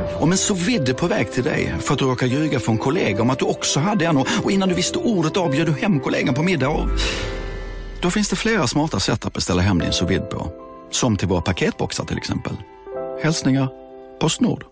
Om en sous vide är på väg till dig för att du råkar ljuga för en kollega om att du också hade en och innan du visste ordet av bjöd du hem kollegan på middag och... Då finns det flera smarta sätt att beställa hem din sous vide på. Som till våra paketboxar till exempel. Hälsningar PostNord.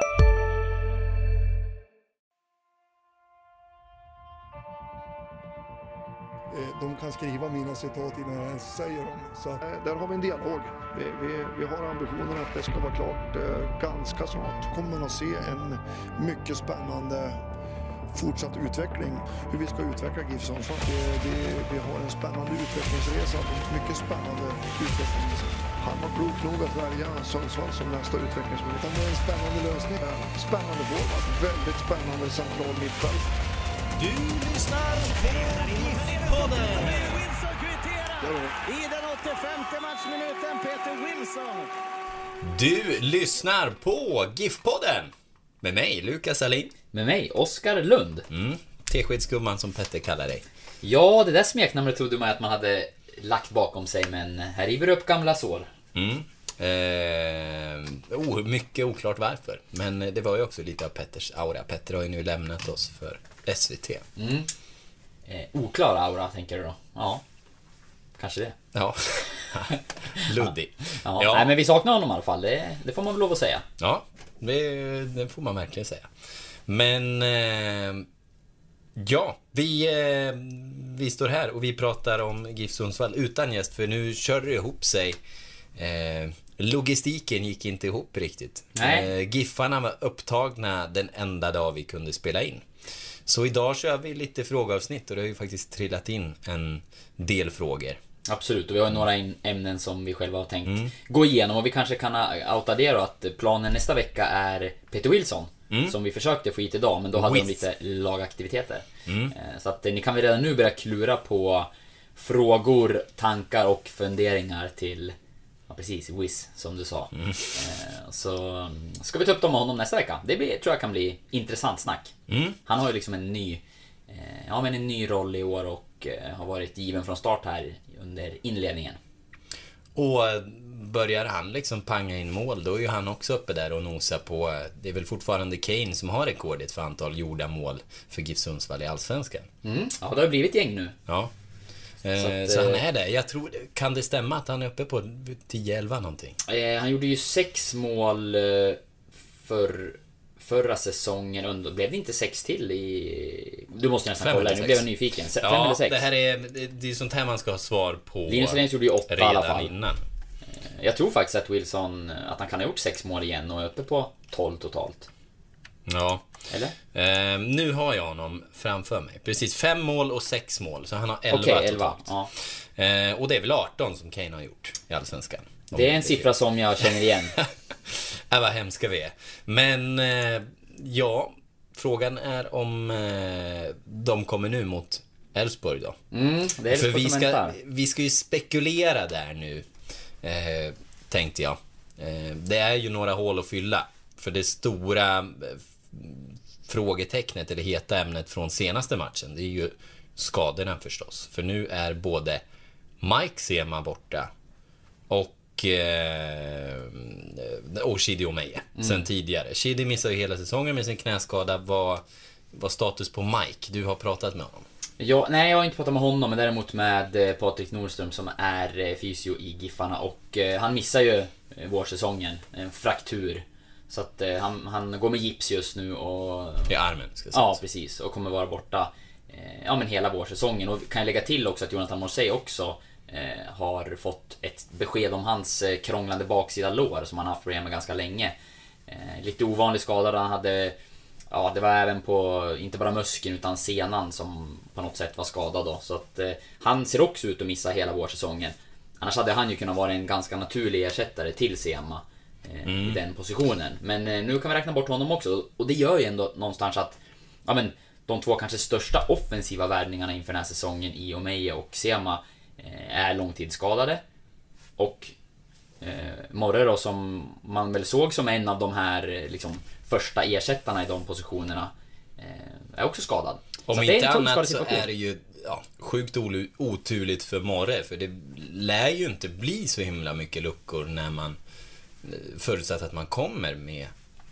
De kan skriva mina citat innan jag ens säger dem. Så där har vi en dialog. Vi har ambitionen att det ska vara klart ganska snart. Kommer man att se en mycket spännande fortsatt utveckling. Hur vi ska utveckla GIF Sundsvall. Vi har en spännande utvecklingsresa. Mycket spännande utvecklingsresa. Han var klok nog att välja Sundsvall som nästa utvecklingsmöjlighet. Det är en spännande lösning. Spännande forward. Väldigt spännande central mittfält. Du lyssnar på GIF-podden. I den 85:e matchminuten, Peter Wilson. Du lyssnar på GIF-podden. Med mig, Lukas Alin. Med mig, Oskar Lund. Teskedsgumman som Petter kallar dig. Ja, det där smeknamnet trodde man att man hade lagt bakom sig. Men här river upp gamla sår. Mycket oklart varför. Men det var ju också lite av Petters aura. Petter har ju nu lämnat oss för SVT. Oklar aura, tänker du då? Ja, kanske det. Ja, luddig. Ja. Nej, men vi saknar honom i alla fall. Det får man väl lov att säga. Ja, det får man verkligen säga. Men ja, vi står här och vi pratar om GIF Sundsvall utan gäst. För nu kör det ihop sig. Logistiken gick inte ihop riktigt. Giffarna var upptagna den enda dag vi kunde spela in. Så idag kör vi lite frågeavsnitt och det har ju faktiskt trillat in en del frågor. Absolut, och vi har några ämnen som vi själva har tänkt gå igenom. Och vi kanske kan outa det då, att planen nästa vecka är Peter Wilson. Som vi försökte få hit idag, men då hade de lite lagaktiviteter. Så att ni kan väl redan nu börja klura på frågor, tankar och funderingar till... Ja, precis, Wiz, som du sa. Så ska vi ta upp dem med honom nästa vecka. Det tror jag kan bli intressant snack. Han har ju liksom en ny roll i år och har varit given från start här under inledningen. Och börjar han liksom panga in mål, då är ju han också uppe där och nosar på. Det är väl fortfarande Kane som har rekordet för antal gjorda mål för GIF Sundsvall i Allsvenskan. Ja, det har blivit gäng nu. Ja. Så han är där. Jag tror, kan det stämma att han är uppe på 10-11 någonting? Han gjorde ju 6 mål förra säsongen. Blev det inte 6 till i... Du måste nästan kolla, nu blev jag nyfiken. 5 eller 6? Det är sånt här man ska ha svar på. Linus Rens gjorde ju 8 i alla fall. Innan. Jag tror faktiskt att Wilson, att han kan ha gjort 6 mål igen och är uppe på 12 totalt. Ja. Eller? Nu har jag honom framför mig. Precis, 5 mål och 6 mål. Så han har 11 totalt. Ja. Och det är väl 18 som Kane har gjort i Allsvenskan. Det är en siffra som jag känner igen. Vad hemska vi är. Men ja, frågan är om de kommer nu mot Elfsborg då. Det är för vi ska ju spekulera där nu, tänkte jag. Det är ju några hål att fylla. För det stora frågetecknet eller heta ämnet från senaste matchen, det är ju skadorna förstås. För nu är både Mike Sema borta och Shidi Omeje sen tidigare. Shidi missade ju hela säsongen med sin knäskada. Vad status på Mike? Du har pratat med honom. Nej, jag har inte pratat med honom, men däremot med Patrik Nordström som är fysio i Giffarna. Och han missar ju vårsäsongen, en fraktur. Så att han går med gips just nu och... I armen, ska jag säga. Ja, precis. Och kommer vara borta men hela vårsäsongen. Och kan jag lägga till också att Jonathan Morsey också har fått ett besked om hans krånglande baksida lår som han haft problem med ganska länge. Lite ovanlig skada. Han hade... Ja, det var även på inte bara muskeln utan senan som på något sätt var skadad då. Så att han ser också ut att missa hela vårsäsongen. Annars hade han ju kunnat vara en ganska naturlig ersättare till Sema i den positionen. Men nu kan vi räkna bort honom också. Och det gör ju ändå någonstans att de två kanske största offensiva värvningarna inför den här säsongen i Omeje och Sema är långtidsskadade. Och Morre då, som man väl såg som en av de här liksom första ersättarna i de positionerna, är också skadad. Om så inte annat så är det ju sjukt oturligt för Morre, för det lär ju inte bli så himla mycket luckor när man förutsatt att man kommer med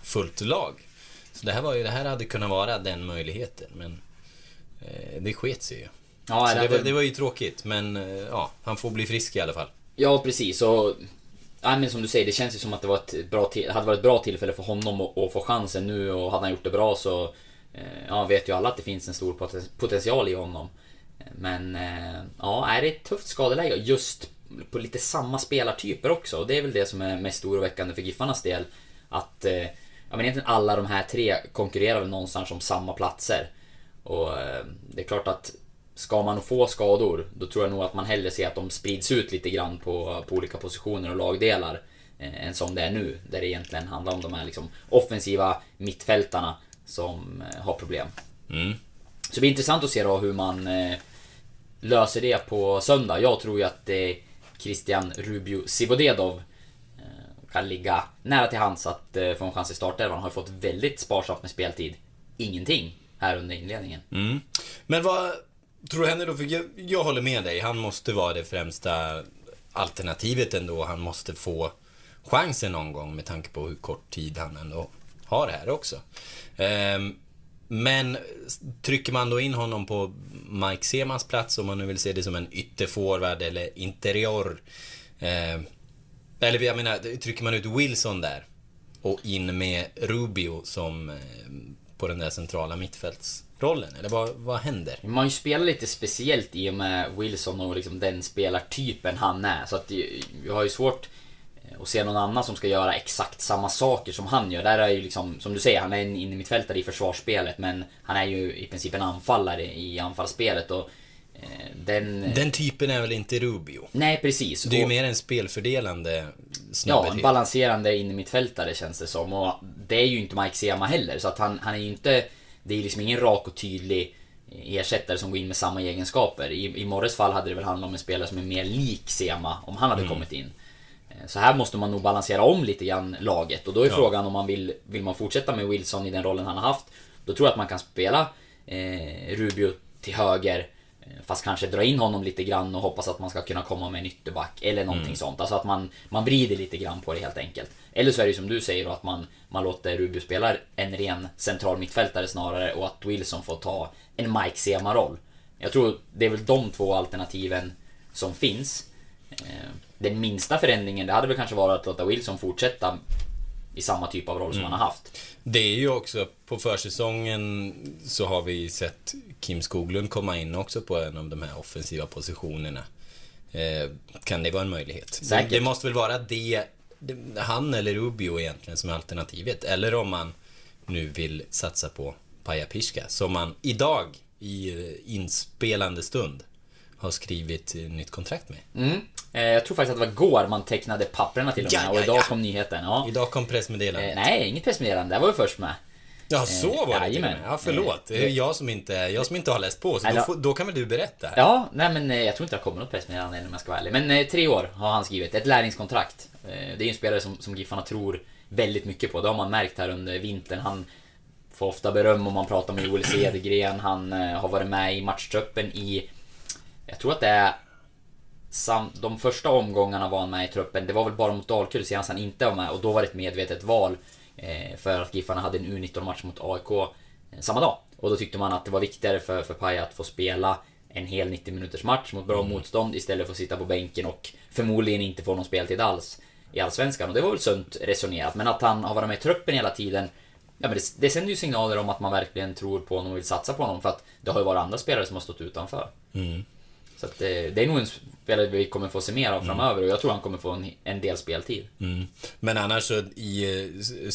fullt lag. Så det här hade kunnat vara den möjligheten, men det sket sig ju. Ja, så det var ju tråkigt, men ja, han får bli frisk i alla fall. Ja, precis. Och men som du säger, det känns ju som att det var hade varit ett bra tillfälle för honom att få chansen nu, och hade han gjort det bra så vet ju alla att det finns en stor potential i honom. Men ja, är det ett tufft skadeläge just på lite samma spelartyper också, och det är väl det som är mest oroväckande för Giffarnas del, att men egentligen alla de här tre konkurrerar väl någonstans om samma platser. Och det är klart att ska man få skador, då tror jag nog att man hellre ser att de sprids ut lite grann på olika positioner och lagdelar än som det är nu, där det egentligen handlar om de här liksom offensiva mittfältarna som har problem. Så det blir intressant att se då hur man löser det på söndag. Jag tror ju att Christian Rubio Sivodedov kan ligga nära till hands att få en chans i startelvan. Han har fått väldigt sparsamt med speltid. Ingenting här under inledningen. Men vad tror du händer då? För jag håller med dig. Han måste vara det främsta alternativet ändå. Han måste få chansen någon gång med tanke på hur kort tid han ändå har här också. Men trycker man då in honom på Mike Semas plats, om man nu vill se det som en ytterforward eller interior, eller jag menar, trycker man ut Wilson där och in med Rubio som på den där centrala mittfältsrollen, eller vad händer? Man ju spelar lite speciellt i och med Wilson och liksom den spelartypen han är, så att jag har ju svårt att se någon annan som ska göra exakt samma saker som han gör. Där är ju liksom, som du säger, han är en innermittfältare i försvarsspelet, men han är ju i princip en anfallare i anfallsspelet, och den typen är väl inte Rubio? Nej, precis. Det är ju mer en spelfördelande snubbe. Ja, en balanserande innermittfältare känns det som, och det är ju inte Mike Sema heller, så att han är ju inte, det är liksom ingen rak och tydlig ersättare som går in med samma egenskaper. I Morres fall hade det väl handlat om en spelare som är mer lik Sema om han hade kommit in. Så här måste man nog balansera om lite grann laget, och då är frågan om man vill man fortsätta med Wilson i den rollen han har haft. Då tror jag att man kan spela Rubio till höger, fast kanske dra in honom lite grann och hoppas att man ska kunna komma med en ytterback eller någonting sånt. Alltså att man vrider lite grann på det helt enkelt. Eller så är det som du säger då, att man låter Rubio spela en ren central mittfältare snarare, och att Wilson får ta en Mike Sema-roll. Jag tror det är väl de två alternativen som finns. Den minsta förändringen, det hade väl kanske varit att låta Wilson fortsätta i samma typ av roll som han har haft. Det är ju också, på försäsongen så har vi sett Kim Skoglund komma in också på en av de här offensiva positionerna. Kan det vara en möjlighet? Det måste väl vara han eller Rubio egentligen som är alternativet. Eller om man nu vill satsa på Paja Piszka, som man idag i inspelande stund har skrivit nytt kontrakt med. Jag tror faktiskt att det var igår man tecknade papperna till och med, och idag kom nyheten. Ja. Idag kom pressmeddelandet. Nej, inget pressmeddelande, det var ju först med. Ja, så var det. Ja, förlåt. Det är jag som inte har läst på, så då kan väl du berätta här. Ja, nej, men jag tror inte det kommer något pressmeddelande om jag ska vara ärlig. Men 3 år har han skrivit, ett lärlingskontrakt. Det är en spelare som Giffarna tror väldigt mycket på. Det har man märkt här under vintern. Han får ofta beröm om man pratar med Joel Cedergren. Han har varit med i matchtruppen i, jag tror att det är de första omgångarna var han med i truppen. Det var väl bara mot Dalkurd senast han inte var med, och då var det ett medvetet val för att Giffarna hade en U19-match mot AIK samma dag. Och då tyckte man att det var viktigare för Paja att få spela en hel 90 minuters match mot bra motstånd istället för att sitta på bänken och förmodligen inte få någon speltid alls i Allsvenskan. Och det var väl sunt resonerat. Men att han har varit med i truppen hela tiden, ja, men det sänder ju signaler om att man verkligen tror på honom och vill satsa på honom, för att det har ju varit andra spelare som har stått utanför. Så att det är nog en spelare vi kommer få se mer av framöver, och jag tror han kommer få en del speltid. Men annars så i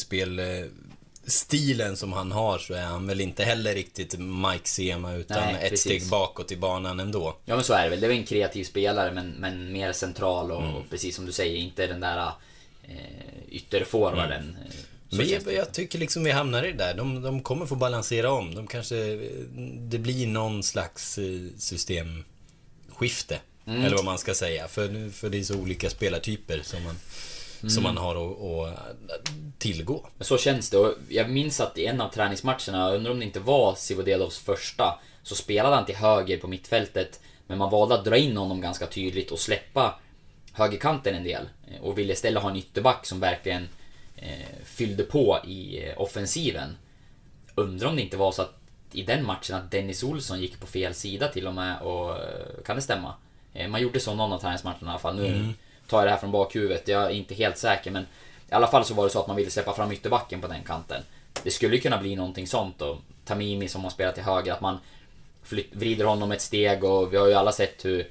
spelstilen som han har, så är han väl inte heller riktigt Mike Sema, utan ett steg bakåt i banan ändå. Ja, men så är det väl. Det är en kreativ spelare, men mer central och precis som du säger, inte den där ytterforwarden. Men jag tycker liksom vi hamnar i det där. De kommer få balansera om. Det blir någon slags systemskifte, eller vad man ska säga, för det är så olika spelartyper som man har att tillgå. Så känns det, och jag minns att i en av träningsmatcherna, jag undrar om det inte var Sivodedovs första, så spelade han till höger på mittfältet, men man valde att dra in honom ganska tydligt och släppa högerkanten en del, och ville istället ha en ytterback som verkligen fyllde på i offensiven. Undrar om det inte var så att i den matchen att Dennis Olsson gick på fel sida till och med, och kan det stämma? Man gjorde så någon av träningsmatcherna i alla fall. Nu tar jag det här från bakhuvudet, jag är inte helt säker, men i alla fall så var det så att man ville släppa fram ytterbacken på den kanten. Det skulle kunna bli någonting sånt då. Tamimi som har spelat till höger, att man vrider honom ett steg, och vi har ju alla sett hur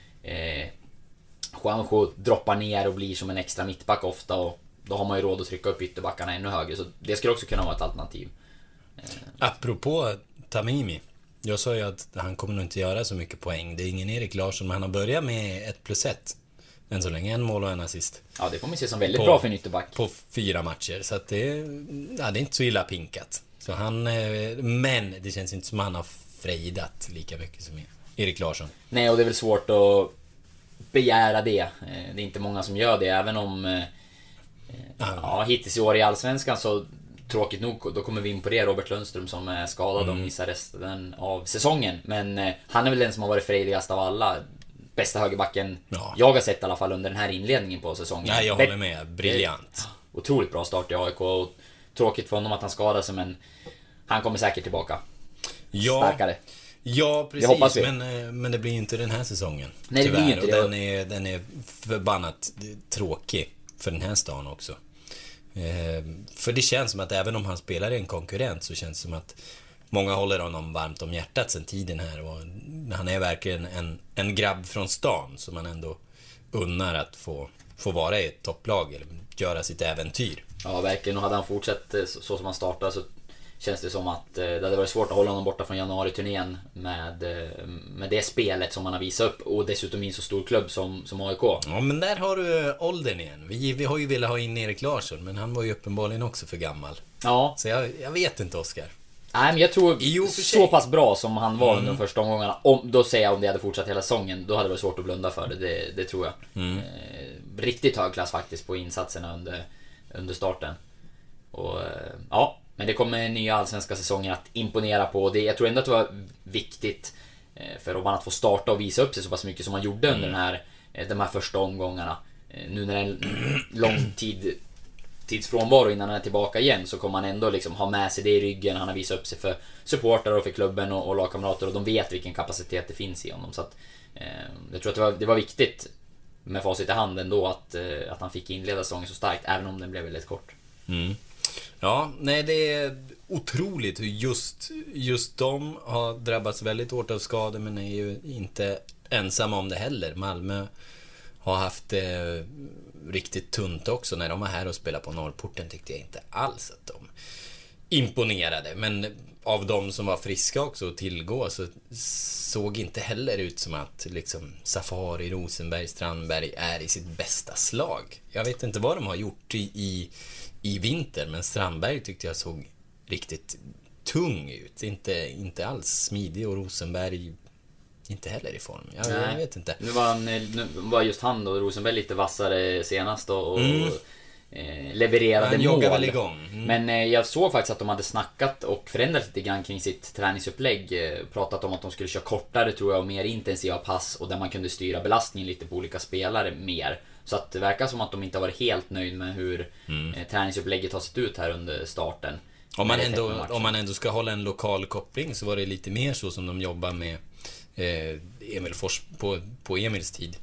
Juanjo droppar ner och blir som en extra mittback ofta, och då har man ju råd att trycka upp ytterbackarna ännu högre, så det skulle också kunna vara ett alternativ. Apropå Tamimi, jag sa ju att han kommer nog inte göra så mycket poäng. Det är ingen Erik Larsson, men han har börjat med 1+1 än så länge, en mål och en assist. Ja, det får man se som väldigt bra för en ytterback. På 4 matcher, så att det är inte så illa pinkat. Så men det känns inte som han har frejdat lika mycket som Erik Larsson. Nej, och det är väl svårt att begära det. Det är inte många som gör det, även om hittills i år i Allsvenskan så tråkigt nog, då kommer vi in på det, Robert Lundström som är skadad och missar resten av säsongen. Men han är väl den som har varit frejdigast av alla. Bästa högerbacken jag har sett i alla fall under den här inledningen på säsongen. Ja, jag håller med, briljant. Otroligt bra start i AIK, och tråkigt för honom att han skadar sig, men han kommer säkert tillbaka starkare. Ja, precis, men det blir ju inte den här säsongen. Nej, det blir inte det. Den är förbannat tråkig för den här stan också. För det känns som att även om han spelar i en konkurrent, så känns det som att många håller honom varmt om hjärtat sedan tiden här, och han är verkligen en grabb från stan som man ändå unnar att få vara i ett topplag eller göra sitt äventyr. Ja, verkligen, och hade han fortsatt så som han startade, så känns det som att det hade varit svårt att hålla honom borta från januari-turnén med det spelet som han har visat upp, och dessutom i en så stor klubb som AIK. Ja, men där har du åldern igen. Vi har ju velat ha in Erik Larsson, men han var ju uppenbarligen också för gammal. Ja. Så jag vet inte, Oskar. Nej, men jag tror så pass bra som han var under de första omgångarna, då säger jag, om det hade fortsatt hela säsongen, då hade det varit svårt att blunda för det tror jag. Riktigt hög klass faktiskt på insatserna under starten. Och ja, men det kommer nya allsvenska säsonger att imponera på. Det, jag tror ändå att det var viktigt för Robban att få starta och visa upp sig så pass mycket som han gjorde under de här första omgångarna. Nu när det är en lång tidsfrånvaro innan han är tillbaka igen, så kommer han ändå liksom ha med sig det i ryggen. Han har visat upp sig för supportrar och för klubben och lagkamrater, och de vet vilken kapacitet det finns i honom. Så att jag tror att det var viktigt med facit i hand ändå att han fick inleda säsongen så starkt, även om den blev väldigt kort. Ja, nej, det är otroligt hur just de har drabbats väldigt hårt av skador, men är ju inte ensamma om det heller. Malmö har haft det riktigt tunt också. När de var här och spelade på Norrporten tyckte jag inte alls att de imponerade, men av de som var friska också att tillgå, så såg inte heller ut som att liksom Safari, Rosenberg, Strandberg är i sitt bästa slag. Jag vet inte vad de har gjort i vinter, men Strandberg tyckte jag såg riktigt tung ut. Inte alls smidig, och Rosenberg inte heller i form. Jag vet inte. Nu var just han och Rosenberg lite vassare senast och levererade mål. Väl igång. Men jag såg faktiskt att de hade snackat och förändrat lite grann kring sitt träningsupplägg. Pratat om att de skulle köra kortare, tror jag, och mer intensiva pass, och där man kunde styra belastningen lite på olika spelare mer. Så att det verkar som att de inte har varit helt nöjd med hur träningsupplägget har sett ut här under starten. Om man ändå ska hålla en lokal koppling, så var det lite mer så som de jobbar med Emil Fors på Emils tid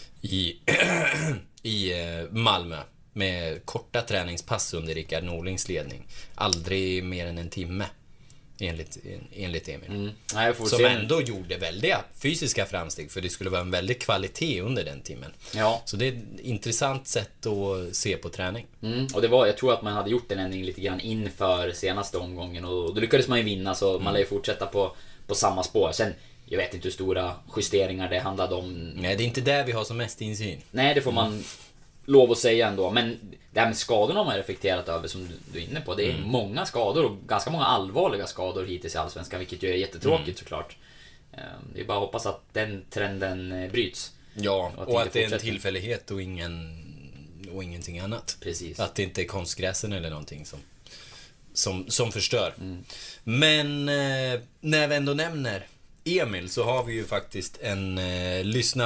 i Malmö, med korta träningspass under Rickard Norlings ledning. Aldrig mer än en timme enligt Emil. Som ändå gjorde väldiga fysiska framsteg, för det skulle vara en väldig kvalitet under den timmen. Ja. Så det är ett intressant sätt att se på träning. Och jag tror att man hade gjort en ändring lite grann inför senaste omgången, och då lyckades man ju vinna, så man lär ju fortsätta på samma spår. Sen, jag vet inte hur stora justeringar det handlade om. Nej, det är inte där vi har som mest insyn. Nej, det får man lov att säga ändå. Men det här med skadorna har man reflekterat över, som du är inne på. Det är många skador, och ganska många allvarliga skador hittills i Allsvenskan, vilket ju är jättetråkigt såklart. Det är bara att hoppas att den trenden bryts. Ja, och att det är en tillfällighet och ingenting annat. Precis. Att det inte är konstgräsen eller någonting som förstör. Men när vi ändå nämner Emil, så har vi ju faktiskt en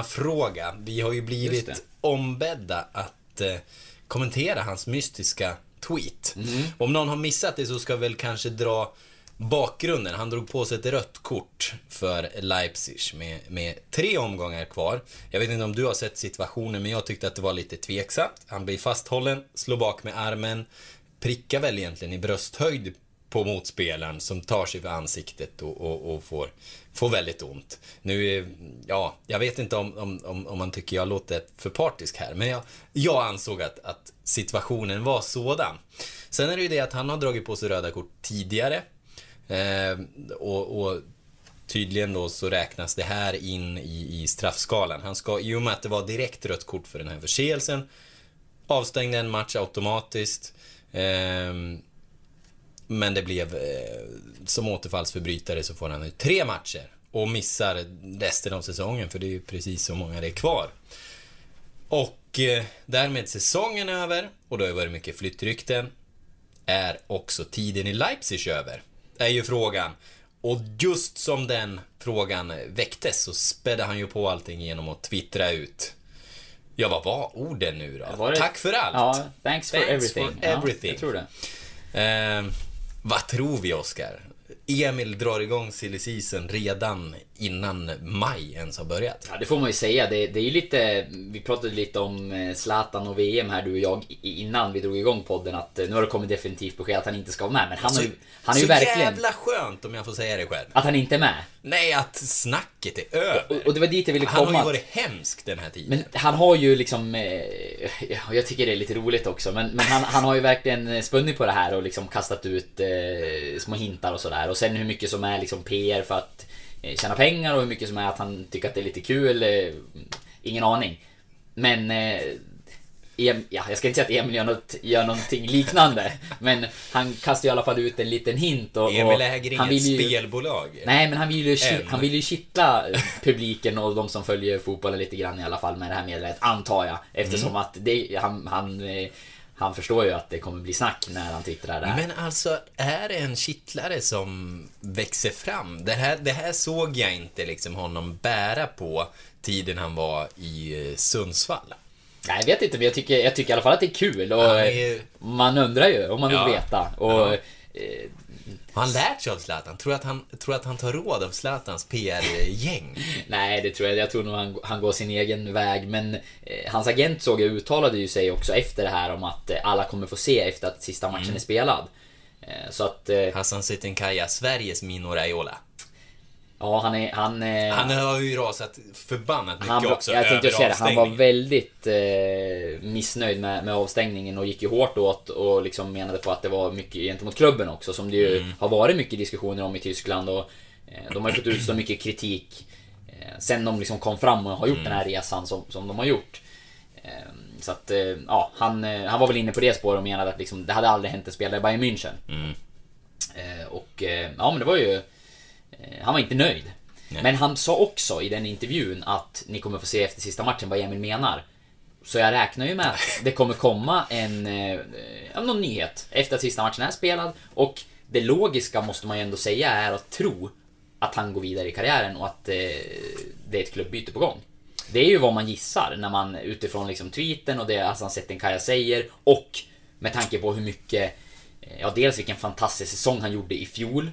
lyssnarfråga. Vi har ju blivit ombedda att kommentera hans mystiska tweet. Om någon har missat det så ska väl kanske dra bakgrunden. Han drog på sig ett rött kort för Leipzig med 3 omgångar kvar. Jag vet inte om du har sett situationen, men jag tyckte att det var lite tveksamt. Han blir fasthållen, slår bak med armen, prickar väl egentligen i brösthöjd på motspelaren som tar sig för ansiktet och får väldigt ont. Nu, ja, jag vet inte om man tycker jag låter för partisk här, men jag ansåg att situationen var sådan. Sen är det ju det att han har dragit på sig röda kort tidigare. Och tydligen då så räknas det här in i straffskalan. Han ska, i och med att det var direkt rött kort för den här förseelsen, avstängde en match automatiskt. Men det blev som återfallsförbrytare så får han nu 3 matcher och missar resten av säsongen, för det är ju precis så många det är kvar. Och därmed säsongen över, och då har det varit mycket flyttrykten. Är också tiden i Leipzig över? Är ju frågan. Och just som den frågan väcktes så spädde han ju på allting genom att twittra ut. Ja, vad var orden nu då? Tack för allt. Ja, thanks for everything. Ja, jag tror det. Vad tror vi, Oskar? Emil drar igång silly season redan innan maj ens har börjat. Ja, det får man ju säga. Det är ju lite, vi pratade lite om Zlatan och VM här, du och jag, innan vi drog igång podden, att nu har det kommit definitivt besked att han inte ska vara med. Men han är ju verkligen... Så jävla skönt, om jag får säga det själv. Att han inte är med. Nej, att snacket är över. Och det var dit jag ville komma. Han har ju varit hemsk den här tiden. Men han har ju liksom... jag tycker det är lite roligt också. Men han har ju verkligen spunnit på det här och liksom kastat ut små hintar och sådär. Och sen hur mycket som är liksom PR för att tjäna pengar och hur mycket som är att han tycker att det är lite kul, ingen aning. Men jag ska inte säga att Emil gör någonting liknande, men han kastar i alla fall ut en liten hint. Emil äger inget spelbolag. Nej, men han vill ju kittla publiken och de som följer fotbollen lite grann i alla fall med det här meddelandet, antar jag. Eftersom att han förstår ju att det kommer bli snack när han twittrar där. Men alltså, är det en kittlare som växer fram? Det här såg jag inte liksom honom bära på tiden han var i Sundsvall. Nej, jag vet inte, men jag tycker i alla fall att det är kul. Och man undrar ju om man vill veta. Och... Har han lärt sig av Zlatan? Tror att han tar råd av Zlatans PR-gäng? Nej, det tror jag. Jag tror nog han går sin egen väg. Men hans agent uttalade ju sig också efter det här om att alla kommer få se efter att sista matchen är spelad. Så att... Hassan Sittenkaya, Sveriges Mino Raiola. Ja, han har ju rasat förbannat mycket också. Jag tänkte säga det, han var väldigt missnöjd med avstängningen och gick ju hårt åt och liksom menade på att det var mycket gentemot klubben också, som det ju har varit mycket diskussioner om i Tyskland, och de har ju fått ut så mycket kritik sen de liksom kom fram och har gjort den här resan som de har gjort. Så att ja, han var väl inne på det spåret och menade att liksom, det hade aldrig hänt en spelare i Bayern München. Och ja, men det var ju... Han var inte nöjd. Nej. Men han sa också i den intervjun att ni kommer få se efter sista matchen vad Emil menar. Så jag räknar ju med att det kommer komma någon nyhet efter att sista matchen är spelad. Och det logiska, måste man ju ändå säga, är att tro att han går vidare i karriären och att det är ett klubbbyte på gång. Det är ju vad man gissar när man utifrån liksom tweeten och det Hassan Sittenkaya säger, och med tanke på hur mycket, ja, dels vilken fantastisk säsong han gjorde i fjol,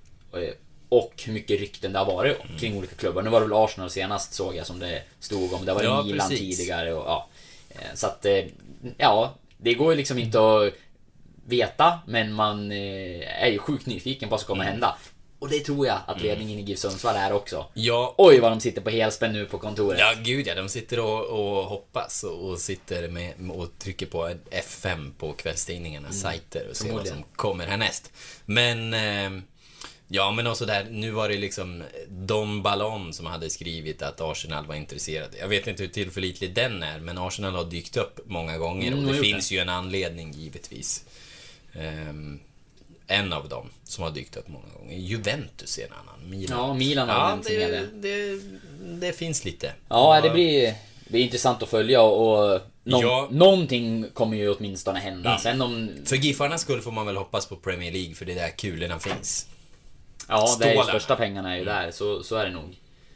och hur mycket rykten det har varit kring olika klubbar. Nu var det väl Arsenal senast, såg jag, som det stod om. Det var det Milan tidigare och, ja. Så att ja, det går ju liksom inte att veta, men man är ju sjukt nyfiken på vad som kommer hända. Och det tror jag att ledningen i GIF Sundsvall är också. Ja. Oj, vad de sitter på helspänn nu på kontoret. Ja, gud ja, de sitter och hoppas och sitter och trycker på F5 på kvällstidningarnas sajter och ser vad som kommer härnäst. Men ja, men också där, nu var det liksom Don Ballon som hade skrivit att Arsenal var intresserade. Jag vet inte hur tillförlitlig den är, men Arsenal har dykt upp många gånger och det finns ju en anledning givetvis. En av dem som har dykt upp många gånger. Juventus är en annan. Milan. Ja, Milan har det finns lite. Ja, det blir intressant att följa, och någonting kommer ju åtminstone hända. Sen för Giffarnas skull får man väl hoppas på Premier League, för det där kulorna finns. Ja, det är ju största pengarna är ju där, så är det nog.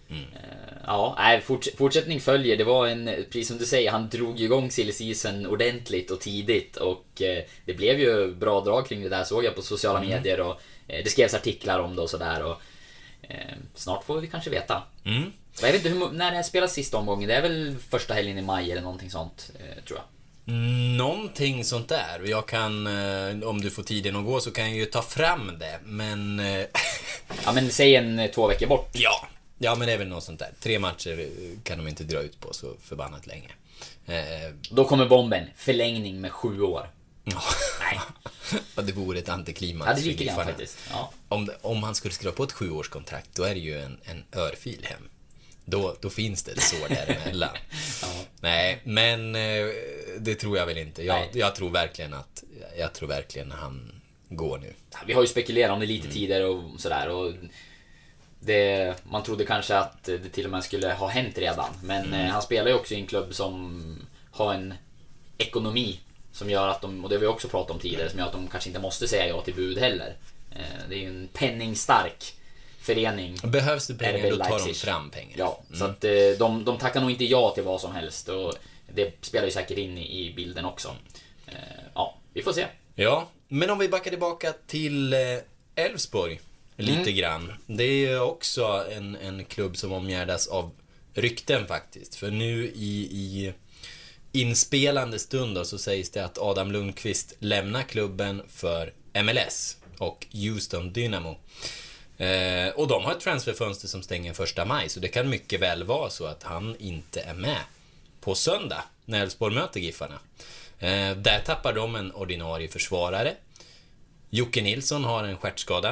Fortsättning följer. Det var precis som du säger, han drog igång silly season ordentligt och tidigt. Och det blev ju bra drag kring det där, såg jag på sociala medier. Och det skrevs artiklar om det och sådär. Och snart får vi kanske veta. Jag vet inte när det spelas sista omgången. Det är väl första helgen i maj eller någonting sånt, tror jag. Någonting sånt där. Jag kan, om du får tiden att gå så kan jag ju ta fram det. Men ja, men säg 2 veckor bort. Ja, men det är väl något sånt där. 3 matcher kan de inte dra ut på så förbannat länge. Då kommer bomben. Förlängning med 7 år. Nej. Ja, det vore ett antiklimax. Ja, det är lite grann faktiskt. Ja. Om han skulle skriva på ett 7-årskontrakt, då är det ju en örfil hem. Då finns det ett sår däremellan. Ja. Nej, men det tror jag väl inte. Jag tror verkligen han går nu. Vi har ju spekulerat om det lite tidigare och sådär. Och man trodde kanske att det till och med skulle ha hänt redan. Men han spelar ju också i en klubb som har en ekonomi som gör att de, och det har vi också pratat om tidigare, som gör att de kanske inte måste säga ja till bud heller. Det är ju en penningstark förening. Behövs det pengar, då tar de fram pengar. Ja, så att de tackar nog inte ja till vad som helst. Och det spelar ju säkert in i bilden också. Ja, vi får se. Ja, men om vi backar tillbaka till Elfsborg lite grann. Det är ju också en klubb som omgärdas av rykten faktiskt. För nu i inspelande stund då, så sägs det att Adam Lundqvist lämnar klubben för MLS och Houston Dynamo. Och de har ett transferfönster som stänger 1 maj, så det kan mycket väl vara så att han inte är med på söndag när Elfsborg möter Giffarna. Där tappar de en ordinarie försvarare. Jocke Nilsson har en stjärtskada.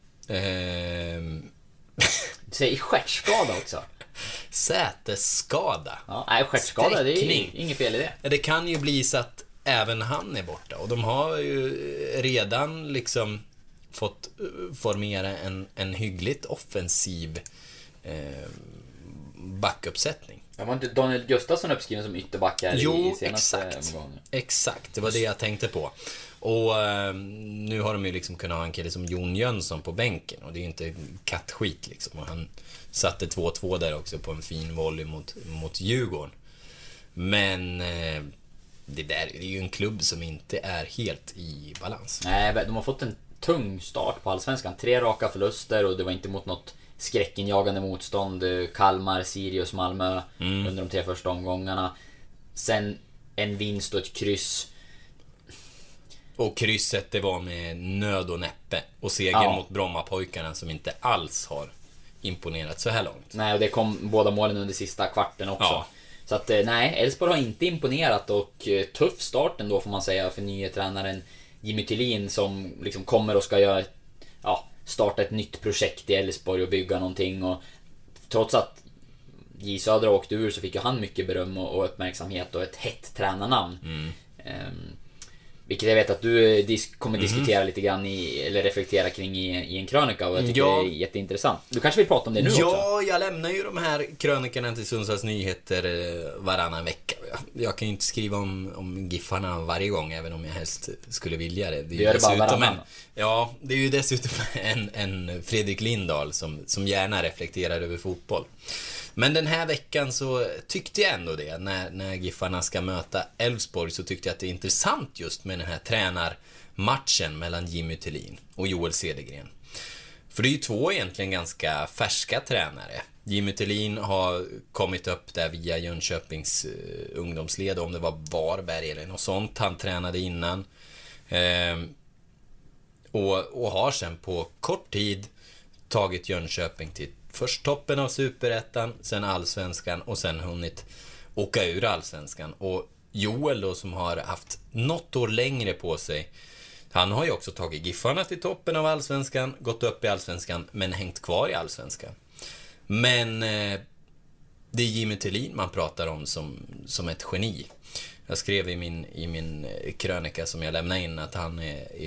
Du säger stjärtskada också. Sätesskada. Ja, stjärtskada, det är inget fel i det. Det kan ju bli så att även han är borta. Och de har ju redan liksom fått formera en hyggligt offensiv backuppsättning. Det var inte Daniel Gustafsson uppskriven som ytterbackar i senaste omgången? Exakt, det var det jag tänkte på. Och nu har de ju liksom kunnat ha en kille som Jon Jönsson på bänken. Och det är ju inte kattskit liksom. Och han satte 2-2 där också på en fin volley mot Djurgården. Men det är ju en klubb som inte är helt i balans. Nej, de har fått en tung start på Allsvenskan. 3 raka förluster och det var inte mot något skräckinjagande motstånd. Kalmar, Sirius, Malmö under de 3 första omgångarna. Sen en vinst och ett kryss. Och krysset, det var med nöd och näppe. Och segern mot Brommapojkarna som inte alls har imponerat så här långt. Nej, och det kom båda målen under sista kvarten också. Ja. Så att nej, Elfsborg har inte imponerat. Och tuff start ändå får man säga för nya tränaren Jimmy Tillin, som liksom kommer och ska starta ett nytt projekt i Elfsborg och bygga någonting. Och trots att J Södra åkte ur så fick ju han mycket beröm och uppmärksamhet och ett hett tränarnamn. Vilket jag vet att du kommer diskutera lite grann eller reflektera kring i en krönika. Och jag tycker det är jätteintressant. Du kanske vill prata om det nu också? Ja, jag lämnar ju de här krönikorna till Sundsvalls Nyheter varannan vecka. Jag kan ju inte skriva om Giffarna varje gång, även om jag helst skulle vilja det. Det är det bara varannan. Ja, det är ju dessutom en Fredrik Lindahl som gärna reflekterar över fotboll. Men den här veckan så tyckte jag ändå det. När Giffarna ska möta Elfsborg så tyckte jag att det är intressant just med den här tränarmatchen mellan Jimmy Tillin och Joel Cedergren. För det är ju 2 egentligen ganska färska tränare. Jimmy Tillin har kommit upp där via Jönköpings ungdomsled, om det var Varberg eller något sånt han tränade innan. Och har sen på kort tid tagit Jönköping till först toppen av Superettan, sen Allsvenskan och sen hunnit åka ur Allsvenskan. Och Joel då, som har haft något år längre på sig, han har ju också tagit Giffarna till toppen av Allsvenskan, gått upp i Allsvenskan men hängt kvar i Allsvenskan. Men det är Jimmy Tillin man pratar om som ett geni. Jag skrev i min krönika som jag lämnade in att han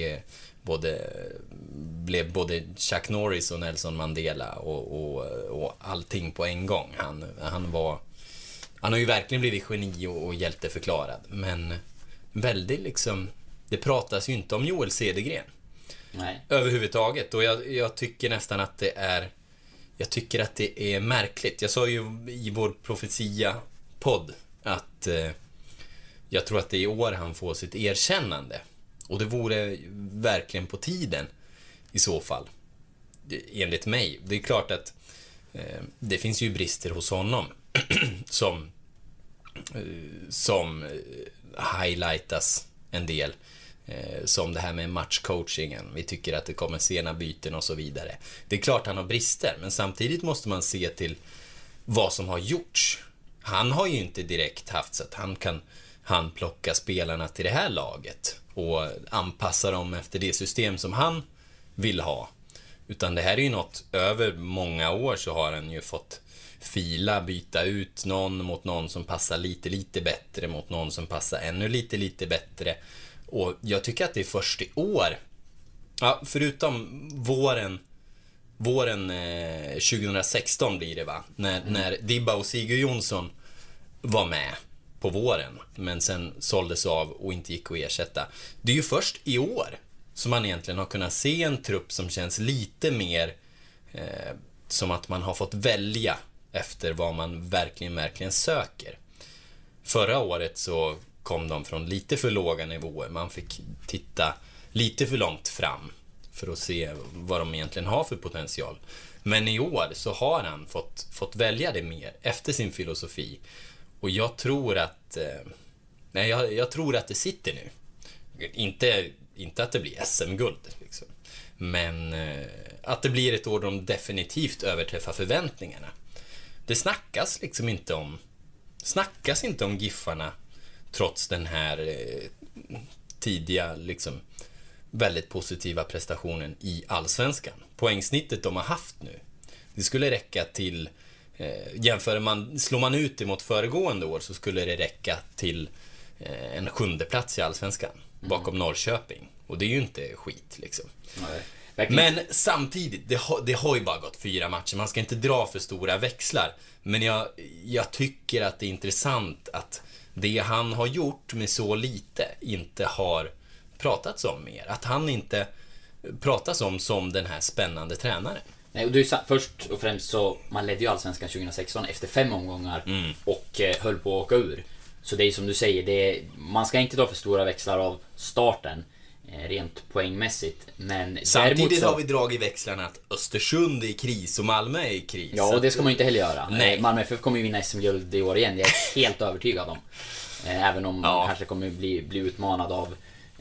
blev både Chuck Norris och Nelson Mandela och allting på en gång. Han har ju verkligen blivit geni och hjälteförklarad. Men väldigt liksom, det pratas ju inte om Joel Cedergren. Nej. Överhuvudtaget. Och jag tycker nästan att det är jag tycker att det är märkligt. Jag sa ju i vår profetia-podd att jag tror att det är i år han får sitt erkännande. Och det vore verkligen på tiden i så fall. Enligt mig. Det är klart att det finns ju brister hos honom som highlightas en del. Som det här med matchcoachingen. Vi tycker att det kommer sena byten och så vidare. Det är klart han har brister, men samtidigt måste man se till vad som har gjorts. Han har ju inte direkt haft så att han kan handplocka spelarna till det här laget och anpassa dem efter det system som han vill ha. Utan det här är ju något, över många år så har han ju fått byta ut någon mot någon som passar lite bättre mot någon som passar ännu lite bättre. Och jag tycker att det är först i år, ja, förutom våren 2016 blir det, va? När Dibba och Sigurd Jonsson var med på våren, men sen såldes av och inte gick att ersätta. Det är ju först i år som man egentligen har kunnat se en trupp som känns lite mer som att man har fått välja efter vad man verkligen söker. Förra året så kom de från lite för låga nivåer. Man fick titta lite för långt fram för att se vad de egentligen har för potential. Men i år så har han fått välja det mer efter sin filosofi. Och jag tror att jag tror att det sitter nu. Inte att det blir SM-guld liksom. Men att det blir ett år de definitivt överträffar förväntningarna. Det snackas inte om Giffarna trots den här tidiga liksom väldigt positiva prestationen i Allsvenskan. Poängsnittet de har haft nu, det skulle räcka till slår man ut det mot föregående år, så skulle det räcka till en 7:e plats i Allsvenskan bakom Norrköping. Och det är ju inte skit liksom. Nej, men samtidigt, det har ju bara gått 4 matcher. Man ska inte dra för stora växlar. Men jag tycker att det är intressant att det han har gjort med så lite inte har pratats om mer. Att han inte pratas om som den här spännande tränaren. Nej, och du, först och främst så man ledde ju Allsvenskan 2016 efter 5 omgångar och höll på att åka ur. Så det är som du säger, man ska inte dra för stora växlar av starten rent poängmässigt, men samtidigt har vi dragit växlarna att Östersund är i kris och Malmö är i kris. Ja, och det ska man ju inte heller göra. Nej. Malmö FF kommer ju vinna SM-guld i år igen, jag är helt övertygad om. Även om man kanske kommer bli utmanad av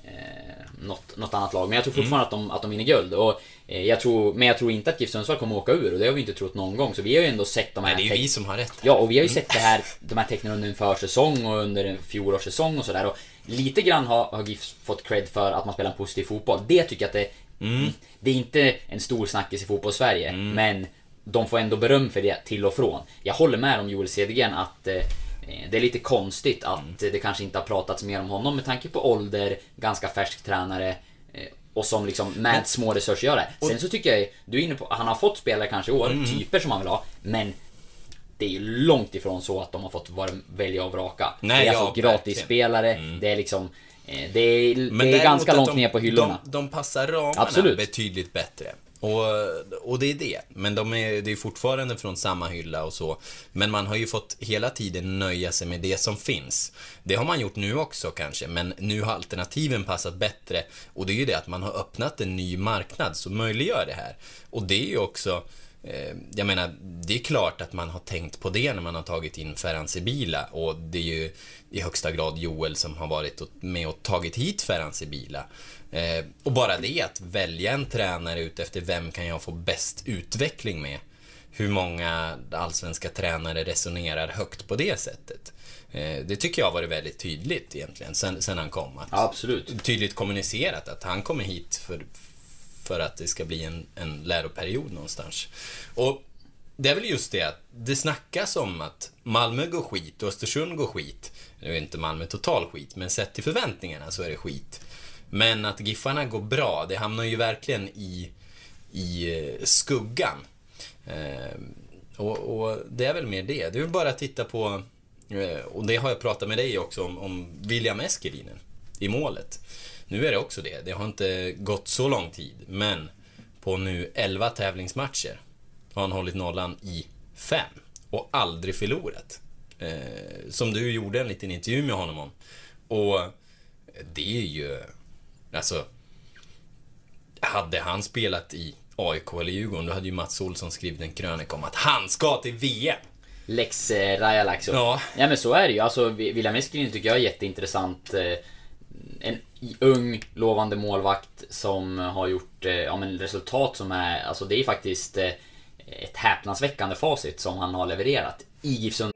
något annat lag. Men jag tror fortfarande att de vinner guld. Och jag tror inte att GIF Sundsvall kommer åka ur. Och det har vi inte trott någon gång. Så vi har ju ändå sett de här... Nej, det är ju vi som har rätt. Ja, och vi har ju sett de här tecknen under en försäsong och under en fjolårssäsong och sådär. Och lite grann har GIF fått cred för att man spelar en positiv fotboll. Det tycker jag att det är inte en stor snackis i fotboll i Sverige. Men de får ändå beröm för det till och från. Jag håller med om Joel Cedergren att... det är lite konstigt att det kanske inte har pratats mer om honom med tanke på ålder, ganska färsk tränare och som liksom med små resurser gör det. Sen så tycker jag, du är inne på, han har fått spelare kanske i år, typer som han vill ha, men det är ju långt ifrån så att de har fått välja och vraka. Nej, det är alltså gratis spelare, det är liksom det är ganska långt ner på hyllorna. De passar ramarna betydligt bättre. Och det är det. Men det är fortfarande från samma hylla och så. Men man har ju fått hela tiden nöja sig med det som finns. Det har man gjort nu också kanske. Men nu har alternativen passat bättre. Och det är ju det att man har öppnat en ny marknad som möjliggör det här. Och det är ju också... jag menar, det är klart att man har tänkt på det när man har tagit in Ferhan Sibila. Och det är ju i högsta grad Joel som har varit med och tagit hit Ferhan Sibila. Och bara det att välja en tränare ut efter vem kan jag få bäst utveckling med. Hur många allsvenska tränare resonerar högt på det sättet. Det tycker jag har varit väldigt tydligt egentligen sen han kom. Absolut. Tydligt kommunicerat att han kommer hit för att det ska bli en läroperiod någonstans. Och det är väl just det att det snackas om att Malmö går skit och Östersund går skit. Nu är inte Malmö total skit, men sett till förväntningarna så är det skit. Men att Giffarna går bra, det hamnar ju verkligen i skuggan. Och det är väl mer det. Det är väl bara att titta på, och det har jag pratat med dig också om William Eskelinen i målet. Nu är det också det. Det har inte gått så lång tid, men på nu 11 tävlingsmatcher har han hållit nollan i 5 och aldrig förlorat. Som du gjorde en liten intervju med honom om. Och det är ju, alltså, hade han spelat i AIK eller Djurgården, då hade ju Mats Olsson skrivit en krönika om att han ska till VM. Lex Rajalaxo. Ja. Ja, men så är det ju. Alltså, William Eskelin tycker jag är jätteintressant. En ung, lovande målvakt som har gjort resultat som är... Alltså det är faktiskt ett häpnadsväckande facit som han har levererat i GIF Sundsvall.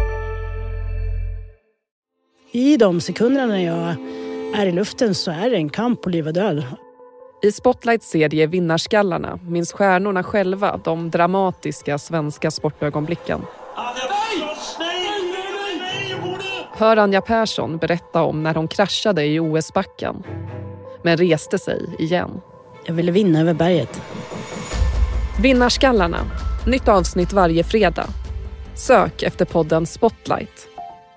I de sekunderna när jag är i luften så är det en kamp på liv och död. I Spotlights serie Vinnarskallarna minns stjärnorna själva de dramatiska svenska sportögonblicken. Hör Anja Persson berätta om när hon kraschade i OS-backen, men reste sig igen. Jag ville vinna över berget. Vinnarskallarna. Nytt avsnitt varje fredag. Sök efter podden Spotlight.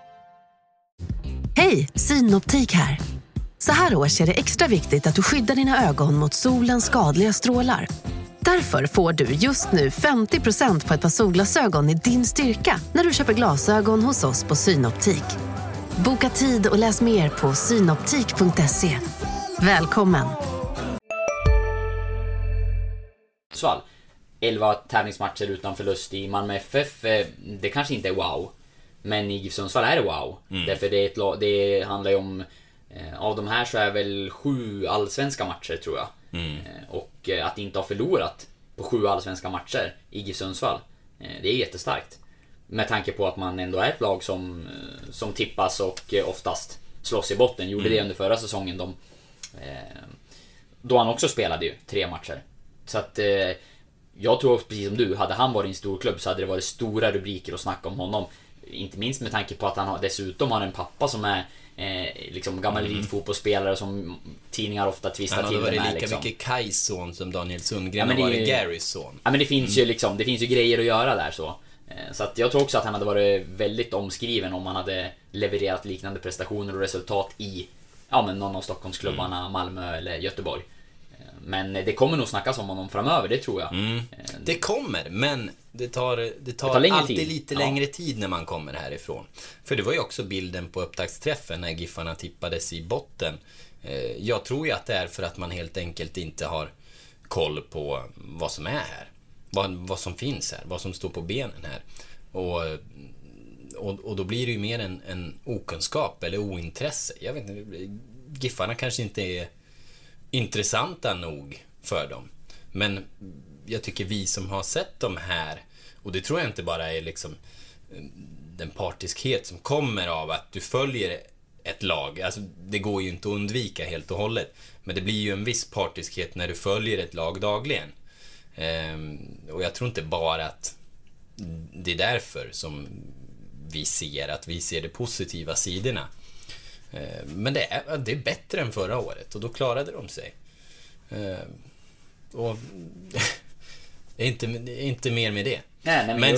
Hej, Synoptik här. Så här års är det extra viktigt att du skyddar dina ögon mot solens skadliga strålar. Därför får du just nu 50% på ett par solglasögon i din styrka när du köper glasögon hos oss på Synoptik. Boka tid och läs mer på synoptik.se. Välkommen! 11 tävlingsmatcher utan förlust i Malmö FF. Det kanske inte är wow, men i GIF Sundsvall är det wow. Därför det handlar ju om... Av de här så är väl 7 allsvenska matcher, tror jag. Och att inte ha förlorat på 7 allsvenska matcher i GIF Sundsvall, det är jättestarkt. Med tanke på att man ändå är ett lag som tippas och oftast slåss i botten. Gjorde det under förra säsongen. Då han också spelade ju 3 matcher. Så att jag tror precis som du, hade han varit i en stor klubb så hade det varit stora rubriker och snacka om honom. Inte minst med tanke på att han dessutom har en pappa som är liksom gammal elitfotbollsspelare som tidningar ofta tvistar till med. Han har varit lika mycket Kajs son som Daniel Sundgren har varit Garys son. Ja, men det finns ju liksom, det finns ju grejer att göra där så. Så att jag tror också att han hade varit väldigt omskriven om han hade levererat liknande prestationer och resultat i någon av Stockholmsklubbarna, Malmö eller Göteborg. Men det kommer nog snackas om honom framöver, det tror jag. Det kommer, men det tar alltid tid. Lite längre tid när man kommer härifrån. För det var ju också bilden på upptaktsträffen när Giffarna tippades i botten. Jag tror ju att det är för att man helt enkelt inte har koll på vad som är här. Vad som finns här, vad som står på benen här. Och då blir det ju mer en okunskap eller ointresse. Jag vet inte, Giffarna kanske inte är intressanta nog för dem. Men jag tycker vi som har sett dem här, och det tror jag inte bara är liksom den partiskhet som kommer av att du följer ett lag. Alltså det går ju inte att undvika helt och hållet, men det blir ju en viss partiskhet när du följer ett lag dagligen. Och jag tror inte bara att det är därför som vi ser de positiva sidorna. Men det är bättre än förra året, och då klarade de sig. Och det är inte mer med det. Nej, men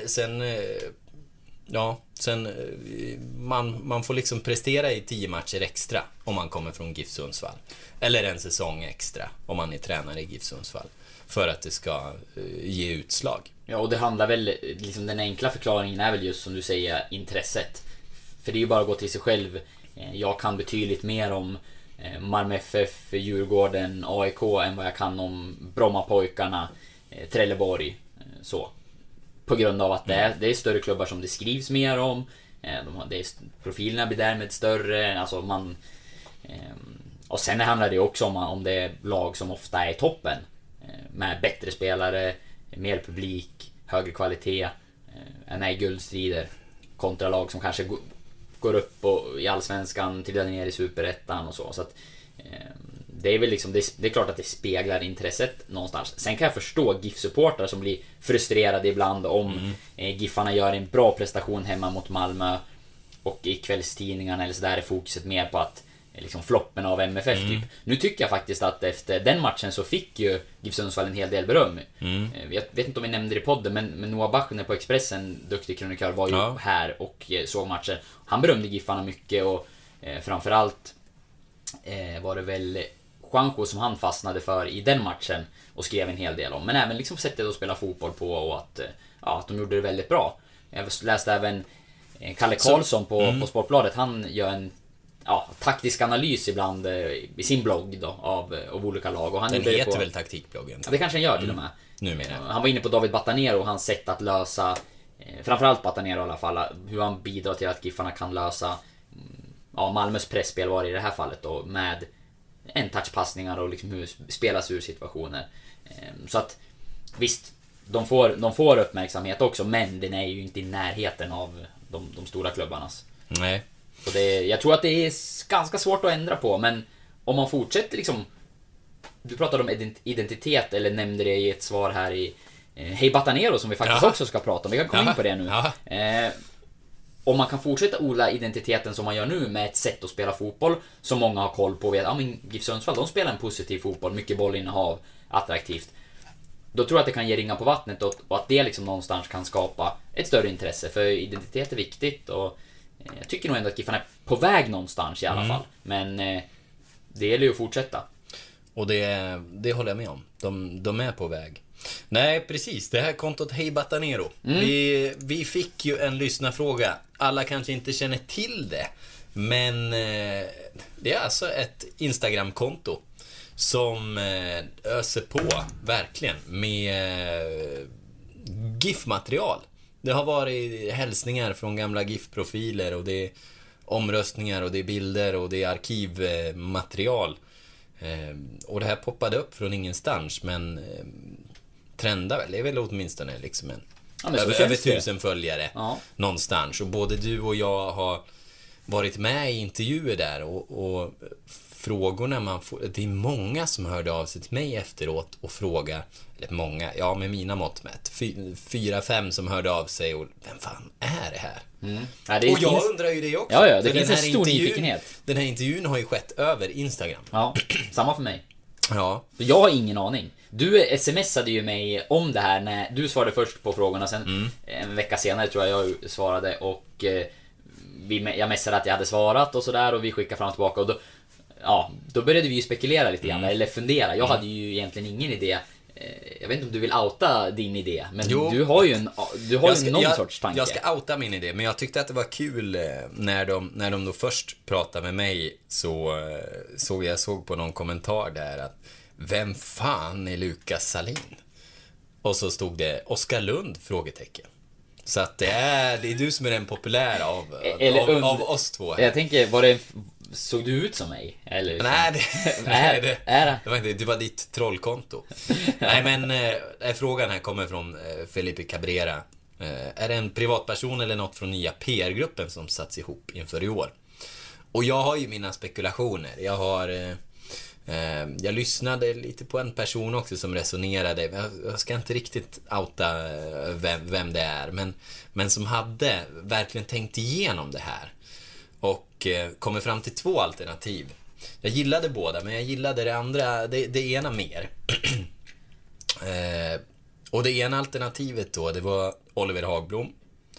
sen man får liksom prestera i 10 matcher extra om man kommer från GIF Sundsvall, eller en säsong extra om man är tränare i GIF Sundsvall, för att det ska ge utslag. Ja, och det handlar väl liksom, den enkla förklaringen är väl just som du säger, intresset. För det är ju bara att gå till sig själv. Jag kan betydligt mer om Malmö FF, Djurgården, AIK än vad jag kan om Brommapojkarna, Trelleborg, så. På grund av att det är större klubbar som det skrivs mer om. Profilerna blir därmed större. Alltså och sen handlar det också om det är lag som ofta är i toppen. Med bättre spelare, mer publik, högre kvalitet, är med i guldstrider. Kontra lag som kanske går upp i allsvenskan till ner i superettan och så att det är väl liksom det är klart att det speglar intresset någonstans. Sen kan jag förstå GIF-supportrar som blir frustrerade ibland om GIFarna gör en bra prestation hemma mot Malmö och i kvällstidningarna eller så där är fokuset mer på att liksom floppen av MFF typ. Nu tycker jag faktiskt att efter den matchen så fick ju GIF Sundsvall en hel del beröm. Jag vet inte om vi nämnde det i podden, men Noah Bachner på Expressen, duktig krönikör, var ju här och såg matcher. Han berömde GIFarna mycket och framförallt var det väl Juanjo som han fastnade för i den matchen och skrev en hel del om. Men även liksom sättet att spela fotboll på och att de gjorde det väldigt bra. Jag läste även Kalle Karlsson på Sportbladet. Han gör en taktisk analys ibland i sin blogg då, av olika lag. Och han den heter väl taktikbloggen? Det kanske han gör till och med. Numera. Han var inne på David Batanero och hans sätt att lösa, framförallt Batanero i alla fall, hur han bidrar till att Giffarna kan lösa Malmös pressspel var i det här fallet då, med en touchpassningar och liksom hur spelas ur situationer. Så att visst, de får uppmärksamhet också, men den är ju inte i närheten av de stora klubbarnas. Nej. Så jag tror att det är ganska svårt att ändra på, men om man fortsätter liksom. Du pratade om identitet, eller nämnde det i ett svar här i Hej Batanero, som vi faktiskt också ska prata om. Vi kan komma in på det nu. Om man kan fortsätta odla identiteten som man gör nu med ett sätt att spela fotboll som många har koll på, men GIF Sundsvall, de spelar en positiv fotboll, mycket bollinnehav, attraktivt. Då tror jag att det kan ge ringa på vattnet och att det liksom någonstans kan skapa ett större intresse, för identitet är viktigt och jag tycker nog ändå att GIFarna är på väg någonstans i alla fall. Men det gäller ju att fortsätta. Och det håller jag med om. De är på väg. Nej, precis. Det här kontot Hej Batanero. Vi fick ju en lyssnarfråga. Alla kanske inte känner till det, men det är alltså ett Instagram-konto som öser på verkligen med GIF-material. Det har varit hälsningar från gamla GIF-profiler, och det är omröstningar, och det är bilder, och det är arkivmaterial. Och det här poppade upp från ingenstans, men trendar väl. Det är väl åtminstone liksom över 1000 följare någonstans. Och både du och jag har varit med i intervjuer där, och frågorna man får, det är många som hörde av sig till mig efteråt och frågar, eller många, med mina mått mätt, 4-5 som hörde av sig, och vem fan är det här? Och jag undrar ju det också. Ja, det finns en stor nyfikenhet. Den här intervjun har ju skett över Instagram. Ja, samma för mig. Ja. Jag har ingen aning. Du smsade ju mig om det här när du svarade först på frågorna, sen en vecka senare tror jag svarade, och jag messade att jag hade svarat och sådär, och vi skickade fram och tillbaka, och då började vi ju spekulera lite grann, eller fundera. Jag hade ju egentligen ingen idé. Jag vet inte om du vill outa din idé, men du har ju någon sorts tanke. Jag ska outa min idé, men jag tyckte att det var kul när de då först pratade med mig, så jag såg på någon kommentar där att vem fan är Lukas Salin? Och så stod det Oskar Lund, frågetecken. Så att det är du som är den populära av oss två här. Jag tänker, såg du ut som mig? Eller liksom? Nej, det var ditt trollkonto. Nej, men frågan här kommer från Felipe Cabrera. Är det en privatperson eller något från nya PR-gruppen som satts ihop inför i år? Och jag har ju mina spekulationer. Jag lyssnade lite på en person också som resonerade. Jag ska inte riktigt outa vem det är, men som hade verkligen tänkt igenom det här och kommer fram till 2 alternativ. Jag gillade båda, men jag gillade det andra, det ena mer. Och det ena alternativet då, det var Oliver Hagblom.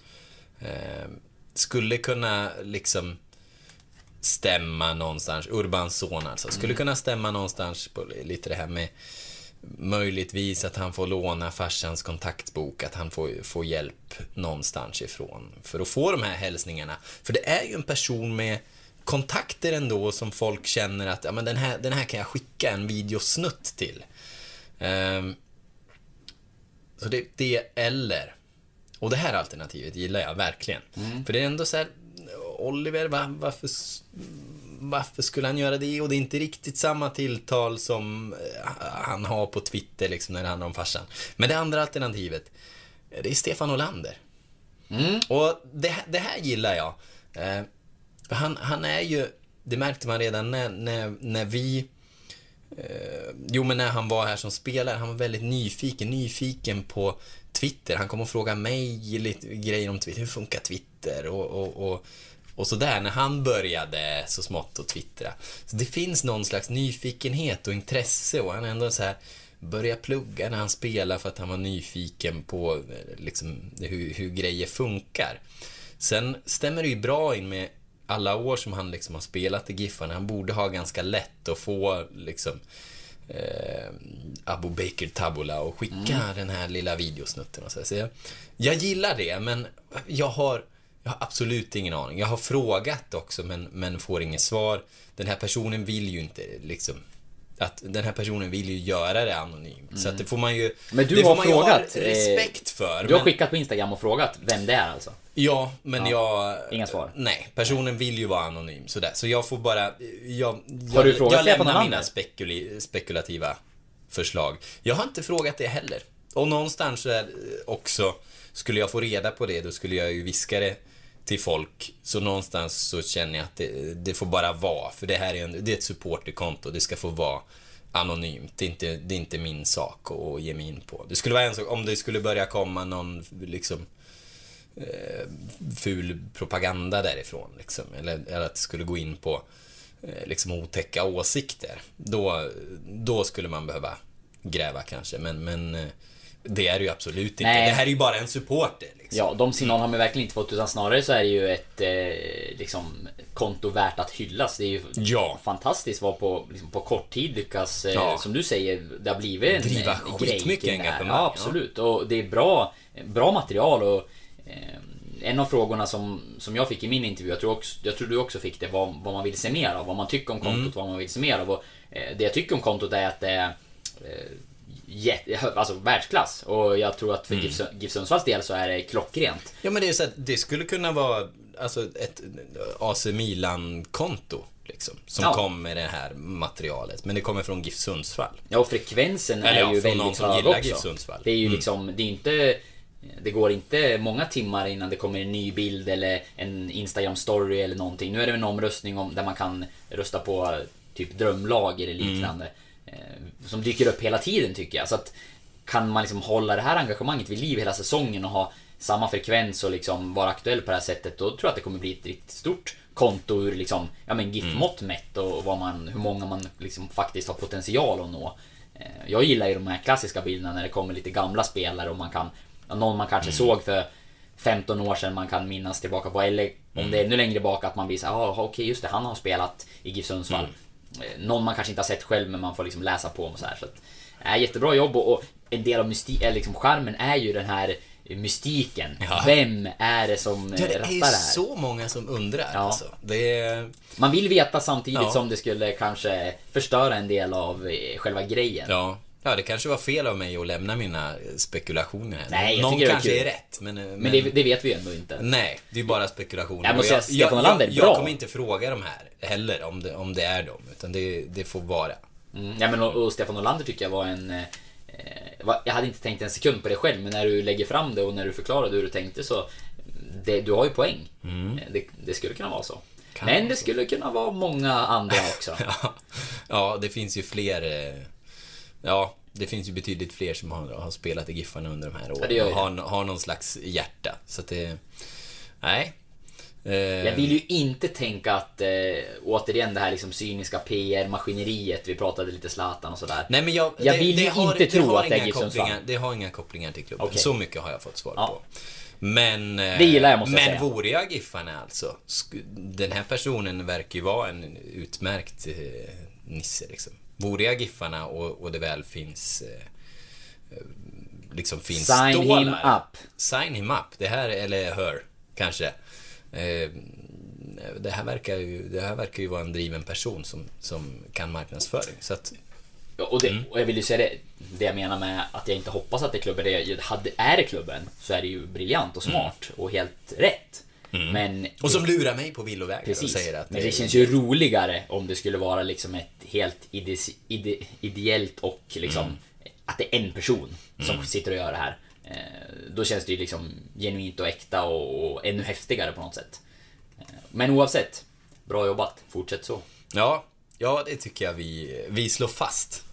Skulle kunna liksom stämma någonstans, Urban son alltså, skulle kunna stämma någonstans på lite det här med möjligtvis att han får låna farsans kontaktbok, att han får hjälp någonstans ifrån för att få de här hälsningarna. För det är ju en person med kontakter ändå, som folk känner att men den här kan jag skicka en videosnutt till. Så det eller, och det här alternativet gillar jag verkligen. För det är ändå så här, Oliver, varför skulle han göra det? Och det är inte riktigt samma tilltal som han har på Twitter liksom, när det handlar om farsan. Men det andra alternativet, det är Stefan Olander. Och det här gillar jag. Han är ju, det märkte man redan när vi när han var här som spelare. Han var väldigt nyfiken på Twitter. Han kom och frågade mig lite grejer om Twitter. Hur funkar Twitter? Och så där när han började så smått att twittra. Så det finns någon slags nyfikenhet och intresse, och han ändå så här börjar plugga när han spelar för att han var nyfiken på liksom hur grejer funkar. Sen stämmer det ju bra in med alla år som han liksom har spelat i Giffarna, han borde ha ganska lätt att få liksom Abu Bakr Tabula och skicka den här lilla videosnutten och så jag gillar det, men jag har absolut ingen aning. Jag har frågat också, men får inget svar. Den här personen vill ju inte liksom, att den här personen vill ju göra det anonymt. Så att det får man ju, men du har frågat, respekt för. Du har skickat på Instagram och frågat vem det är alltså? Ja, men inga svar. Nej, personen vill ju vara anonym sådär. Så jag får bara har du frågat jag lämnar mina spekulativa förslag. Jag har inte frågat det heller. Och någonstans är också, skulle jag få reda på det, då skulle jag ju viska det till folk. Så någonstans så känner jag att det får bara vara, för det här det är ett supporterkonto, det ska få vara anonymt. Det är inte min sak att ge mig in på. Det skulle vara en sak om det skulle börja komma någon liksom ful propaganda därifrån liksom, eller att det skulle gå in på liksom otäcka åsikter. Då skulle man behöva gräva kanske, men det är det ju absolut inte. Nej. Det här är ju bara en supporter liksom. Ja, de signaler har man verkligen inte fått, utan snarare så är det ju ett liksom konto värt att hyllas. Det är ju fantastiskt vad på kort tid lyckas, som du säger, det har blivit en driva grej mycket engagemang. Ja, absolut. Och det är bra material, och en av frågorna som jag fick i min intervju, jag tror du också fick det, vad man vill se mer av, vad man tycker om kontot, vad man vill se mer av. Och det jag tycker om kontot är att det är alltså världsklass, och jag tror att för GIF Sundsvalls del så är det klockrent. Ja, men det är så att det skulle kunna vara alltså ett AC Milan-konto liksom, som kom med det här materialet, men det kommer från GIF Sundsvall. Ja, och frekvensen är ju väldigt hög också. GIF Sundsvall. Det är ju liksom, det går inte många timmar innan det kommer en ny bild eller en Instagram-story eller någonting. Nu är det en omröstning där man kan rösta på typ drömlag eller liknande, som dyker upp hela tiden, tycker jag. Så att kan man liksom hålla det här engagemanget vid liv hela säsongen och ha samma frekvens och liksom vara aktuell på det här sättet, då tror jag att det kommer bli ett riktigt stort konto ur liksom, GIF-mått mätt, och hur många man liksom faktiskt har potential att nå. Jag gillar ju de här klassiska bilderna när det kommer lite gamla spelare och någon man kanske såg för 15 år sedan man kan minnas tillbaka på, eller om det är ännu längre bak att man blir så här, okej, just det, han har spelat i GIF Sundsvall. Någon man kanske inte har sett själv, men man får liksom läsa på om så här. Så att, jättebra jobb, och en del av liksom skärmen är ju den här mystiken. Ja. Vem är det som rattar det här? Det är så många som undrar. Ja. Alltså. Man vill veta samtidigt som det skulle kanske förstöra en del av själva grejen. Ja, det kanske var fel av mig att lämna mina spekulationer. Nej, någon kanske är rätt, men det vet vi ju ändå inte. Nej, det är bara spekulationer. Jag måste säga, Stefan Olander är bra. Jag kommer inte fråga de här heller om det är dem, utan det får vara. Ja, men och Stefan Olander tycker jag var jag hade inte tänkt en sekund på det själv, men när du lägger fram det och när du förklarar hur du tänkte, så du har ju poäng. Det skulle kunna vara så. Men det skulle kunna vara många andra också. Ja, det finns ju fler. Ja, det finns ju betydligt fler som har spelat i Giffarna under de här åren och har någon slags hjärta. Så att det... Nej. Jag vill ju inte tänka att återigen det här liksom cyniska PR-maskineriet, vi pratade lite Zlatan och sådär. Nej, men jag vill ju inte tro att det är GIF Sundsvall. Det har inga kopplingar till klubben. Okay. Så mycket har jag fått svar på. Men det gillar jag, måste jag säga. Men vore jag Giffarna alltså, den här personen verkar ju vara en utmärkt nisse liksom. Vore jag Giffarna och det väl finns liksom finns sign stålar. Him up. Sign him up. Det här, eller her kanske. Det här verkar ju vara en driven person som kan marknadsföring, så att och jag vill ju säga det jag menar med att jag inte hoppas att det är klubben. Är det klubben, så är det ju briljant och smart och helt rätt. Men, och som lurar mig på villovägar. Precis. Och säger att men det känns ju roligare om det skulle vara liksom ett helt ideellt och liksom att det är en person som sitter och gör det här. Då känns det ju liksom genuint och äkta och ännu häftigare på något sätt. Men oavsett, bra jobbat, fortsätt så. Ja, det tycker jag vi slår fast.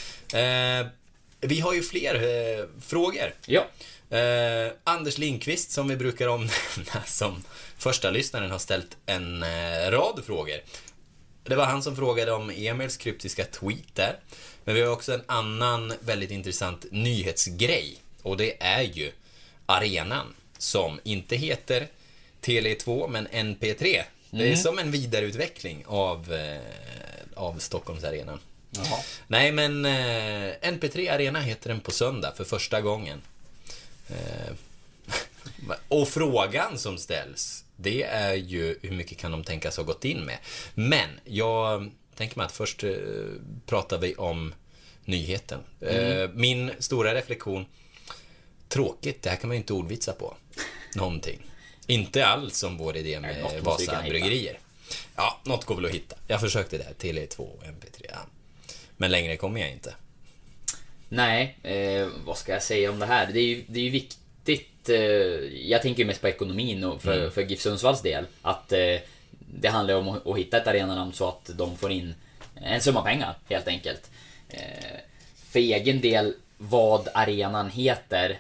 Vi har ju fler frågor. Ja. Anders Lindqvist, som vi brukar omnämna som första lyssnaren, har ställt en rad frågor. Det var han som frågade om Emils kryptiska tweet där. Men vi har också en annan väldigt intressant nyhetsgrej, och det är ju arenan som inte heter Tele2 men NP3 Det är som en vidareutveckling av Stockholmsarenan. Jaha. Nej, men NP3 Arena heter den på söndag för första gången. Och frågan som ställs, det är ju hur mycket kan de tänkas ha gått in med. Men jag tänker mig att först pratar vi om nyheten. Min stora reflektion, tråkigt, det här kan man ju inte ordvitsa på någonting. Inte alls som vår idé med Vasa bryggerier. Ja, något går väl att hitta. Jag försökte där, Tele2 och MP3. Ja. Men längre kommer jag inte. Nej, vad ska jag säga om det här? Det är ju viktigt. Jag tänker ju mest på ekonomin och för GIF Sundsvalls del. Att det handlar om att hitta ett arenanamn så att de får in en summa pengar, helt enkelt. För egen del, vad arenan heter...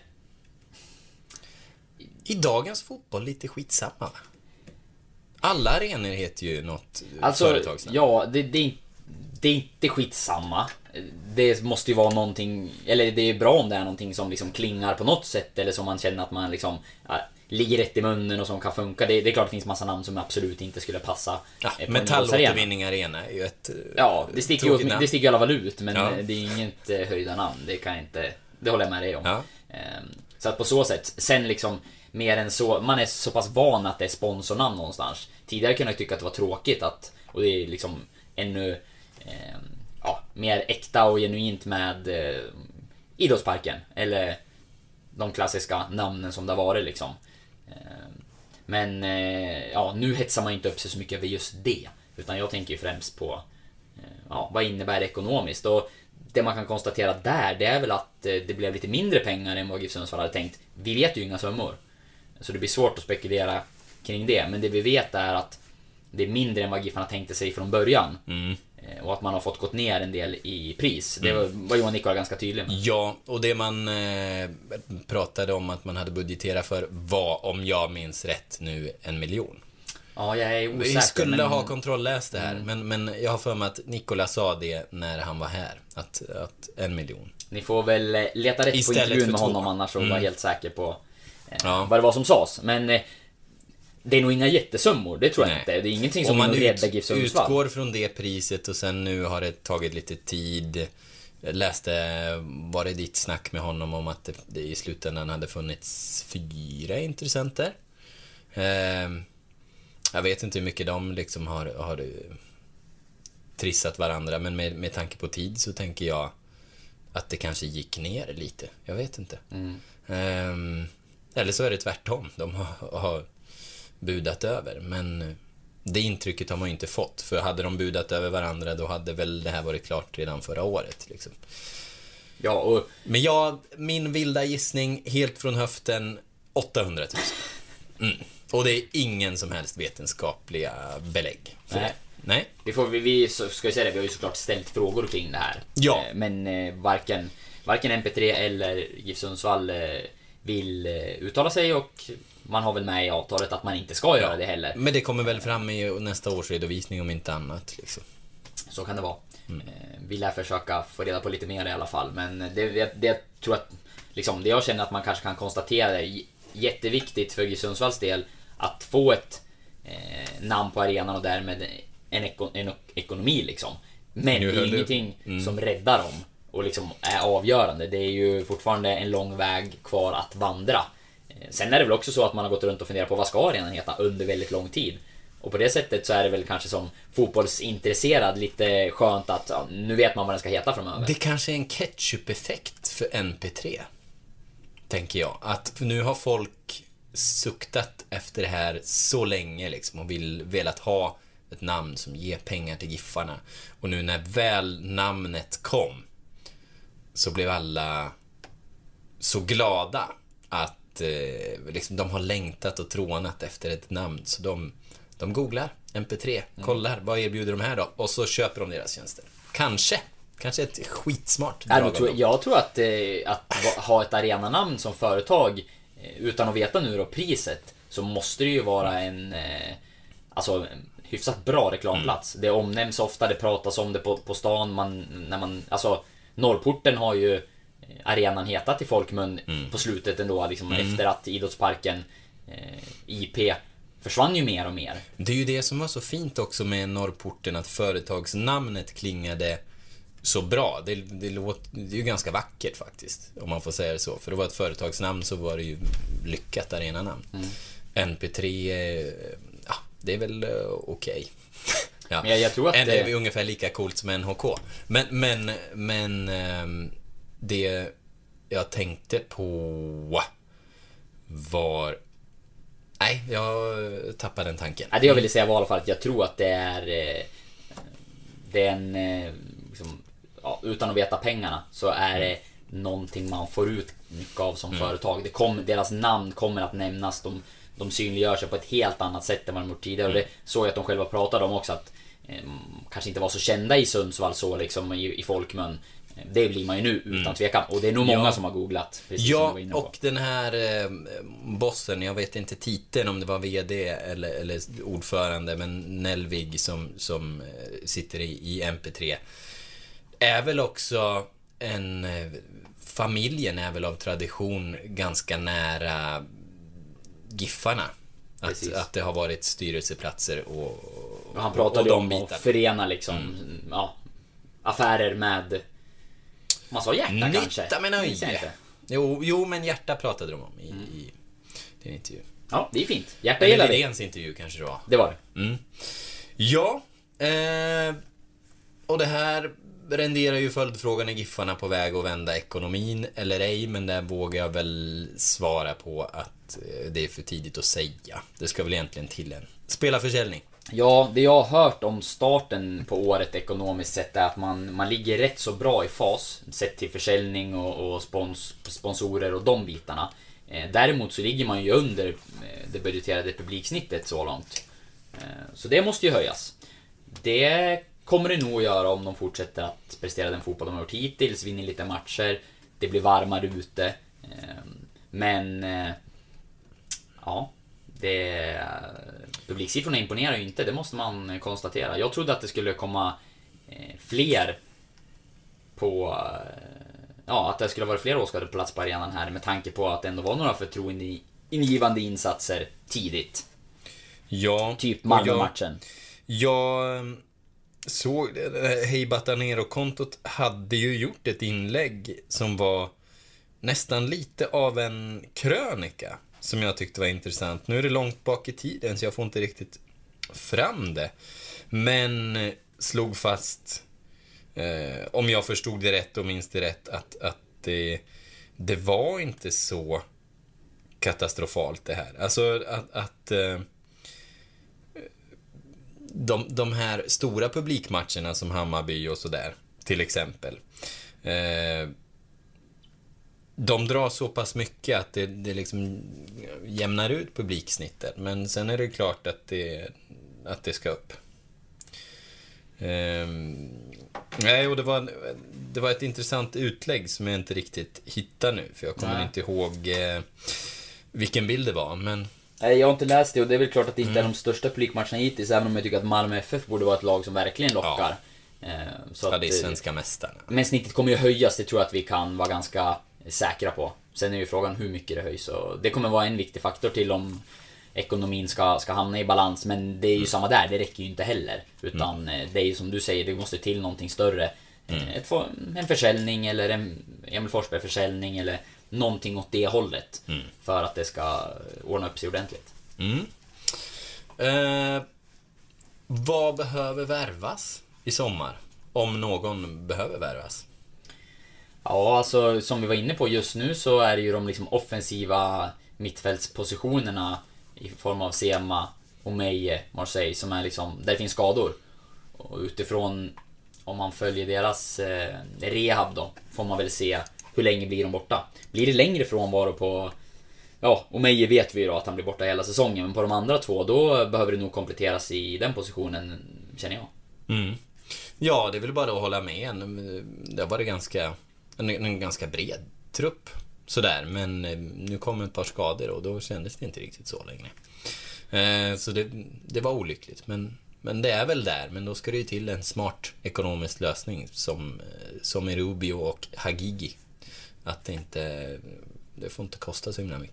I dagens fotboll lite skitsamma, va? Alla arenor heter ju något företagsnamn. Ja, det är inte skitsamma. Det måste ju vara någonting, eller det är bra om det är någonting som liksom klingar på något sätt, eller som man känner att man liksom ligger rätt i munnen och som kan funka. Det är klart det finns massa namn som absolut inte skulle passa. Metallåtervinning arena är ju ett det sticker ju i alla fall ut, men det är inget höjda namn. Det håller jag med dig om. Ja. Så att på så sätt, sen liksom mer än så, man är så pass van att det är sponsornamn någonstans. Tidigare kunde jag tycka att det var tråkigt och det är liksom ännu mer äkta och genuint med Idrottsparken eller de klassiska namnen som det har varit liksom. Men nu hetsar man inte upp sig så mycket över just det, utan jag tänker ju främst på vad innebär det ekonomiskt. Och det man kan konstatera där, det är väl att det blev lite mindre pengar än vad GIF Sundsvall hade tänkt. Vi vet ju inga summor, så det blir svårt att spekulera kring det. Men det vi vet är att det är mindre än vad GIF hade tänkt sig från början. Och att man har fått gått ner en del i pris. Det var Johan Nicola ganska tydlig med. Ja, och det man pratade om att man hade budgeterat för var, om jag minns rätt nu, 1 miljon. Ja, jag är osäker. Vi skulle ha kontrolläst det här, men jag har för mig att Nicola sa det när han var här, att 1 miljon. Ni får väl leta rätt istället på intervjun med honom annars och vara helt säker på vad det var som sades. Men det är nog inga jättesummor, det tror jag inte. Det är ingenting som man räddar GIF Sundsvall. Utgår från det priset och sen nu har det tagit lite tid. Jag läste, var det ditt snack med honom om att det i slutändan hade funnits 4 intressenter. Jag vet inte hur mycket de liksom har trissat varandra, men med tanke på tid så tänker jag att det kanske gick ner lite. Jag vet inte. Eller så är det tvärtom. De har budat över, men det intrycket har man ju inte fått. För hade de budat över varandra, då hade väl det här varit klart redan förra året liksom. Ja, men min vilda gissning helt från höften, 800 000. Och det är ingen som helst vetenskapliga belägg för det. Nej. Vi ska ju säga det, vi har ju såklart ställt frågor kring det här. Ja. Men varken MP3 eller GIF Sundsvall vill uttala sig, och man har väl med i avtalet att man inte ska göra det heller. Men det kommer väl fram i nästa års redovisning om inte annat liksom. Så kan det vara. Vi lär försöka få reda på lite mer i alla fall. Men det tror att liksom, det jag känner att man kanske kan konstatera är jätteviktigt för GIF Sundsvalls del att få ett namn på arenan och därmed en ekonomi liksom. Men det är ingenting som räddar dem och liksom är avgörande. Det är ju fortfarande en lång väg kvar att vandra. Sen är det väl också så att man har gått runt och funderat på vad ska arenan heta under väldigt lång tid. Och på det sättet så är det väl kanske som fotbollsintresserad lite skönt att nu vet man vad den ska heta framöver. Det kanske är en ketchup-effekt för NP3, tänker jag. Att nu har folk suktat efter det här så länge liksom, och velat ha ett namn som ger pengar till giffarna. Och nu när väl namnet kom så blev alla så glada att liksom, de har längtat och trånat efter ett namn. Så de googlar NP3, kollar, vad erbjuder de här då? Och så köper de deras tjänster. Kanske ett skitsmart drag. Jag tror att ha ett arenanamn som företag utan att veta nu då priset, så måste det ju vara en hyfsat bra reklamplats. Det omnämns ofta, det pratas om det på stan. Norrporten har ju arenan hetat i folkmun på slutet ändå liksom, efter att Idrottsparken IP försvann ju mer och mer. Det är ju det som var så fint också med Norrporten, att företagsnamnet klingade så bra. Det är ju ganska vackert faktiskt, om man får säga det så. För det var ett företagsnamn, så var det ju lyckat arenanamn. NP3, ja, det är väl okej. Ja. Men jag tror att det är ungefär lika coolt som NHK. Men det jag tänkte på var... Nej, jag tappade den tanken. Det jag ville säga var i alla fall att jag tror att det är en liksom, utan att veta pengarna, så är det någonting man får ut mycket av som företag. Deras namn kommer att nämnas. De synliggör sig på ett helt annat sätt än vad de gjort tidigare. Och det såg jag att de själva pratade om också, att kanske inte var så kända i Sundsvall så liksom i folkmun. Det blir man ju nu utan tvekan. Och det är nog många som har googlat. Ja, och den här bossen, jag vet inte titeln, om det var vd eller ordförande, men Nelvig som sitter i MP3, är väl också familjen är väl av tradition ganska nära Giffarna. Att det har varit styrelseplatser och han pratade och om att förena liksom, affärer med... Man sa hjärta kanske. Nytta med nöje. Jo, men hjärta pratade de om i din intervju. Ja, det är fint. Hjärta gillar det. Eller intervju kanske då. Det var det. Ja, och det här renderar ju följdfrågan: är Giffarna på väg att vända ekonomin eller ej? Men där vågar jag väl svara på att det är för tidigt att säga. Det ska väl egentligen till en spelarförsäljning. Ja, det jag har hört om starten på året ekonomiskt sett är att man ligger rätt så bra i fas sett till försäljning och sponsorer och de bitarna. Däremot så ligger man ju under det budgeterade publiksnittet så långt. Så det måste ju höjas. Det kommer det nog att göra om de fortsätter att prestera den fotboll de har gjort hittills, vinner lite matcher, det blir varmare ute. Men ja, publiksiffrorna imponerar ju inte, det måste man konstatera. Jag trodde att det skulle komma fler på... Ja, att det skulle vara fler åskådare på plats på arenan här, med tanke på att det ändå var några förtroendeingivande insatser tidigt. Ja, typ Malmö-matchen. Jag såg det. Hej Batanero-kontot hade ju gjort ett inlägg som var nästan lite av en krönika, som jag tyckte var intressant. Nu är det långt bak i tiden, så jag får inte riktigt fram det. Men slog fast, om jag förstod det rätt och minns det rätt, att det var inte så katastrofalt det här. Alltså att de här stora publikmatcherna som Hammarby och sådär till exempel, de drar så pass mycket att det liksom jämnar ut publiksnittet. Men sen är det klart att det ska upp. Nej, och det var ett intressant utlägg som jag inte riktigt hittar nu, för jag kommer inte ihåg vilken bild det var, men... Nej, jag har inte läst det, och det är väl klart att det inte är de största publikmatcherna hittills, även om jag tycker att Malmö FF borde vara ett lag som verkligen lockar. Så att det är svenska mästarna. Men snittet kommer ju höjas, det tror jag att vi kan vara ganska säkra på. Sen är ju frågan hur mycket det höjs, och det kommer vara en viktig faktor till om ekonomin ska hamna i balans. Men det är ju samma där, det räcker ju inte heller. Utan det är ju som du säger, det måste till någonting större. En försäljning eller en Emil Forsberg-försäljning eller någonting åt det hållet, för att det ska ordna upp sig ordentligt. Vad behöver värvas i sommar? Om någon behöver värvas? Ja, alltså som vi var inne på just nu, så är det ju de liksom offensiva mittfältspositionerna i form av Sema och Meje, Marseille, som är liksom, där det finns skador. Och utifrån, om man följer deras rehab då, får man väl se hur länge blir de borta. Blir det längre frånvaro på... Ja, och Meje vet vi ju då att han blir borta hela säsongen. Men på de andra två, då behöver det nog kompletteras i den positionen, känner jag. Ja, det är väl bara att hålla med. Det var en ganska bred trupp sådär, men nu kommer ett par skador och då kändes det inte riktigt så längre. Så det var olyckligt, men det är väl där. Men då ska det ju till en smart ekonomisk lösning som är Rubio och Hagigi. Att det får inte kosta så himla mycket.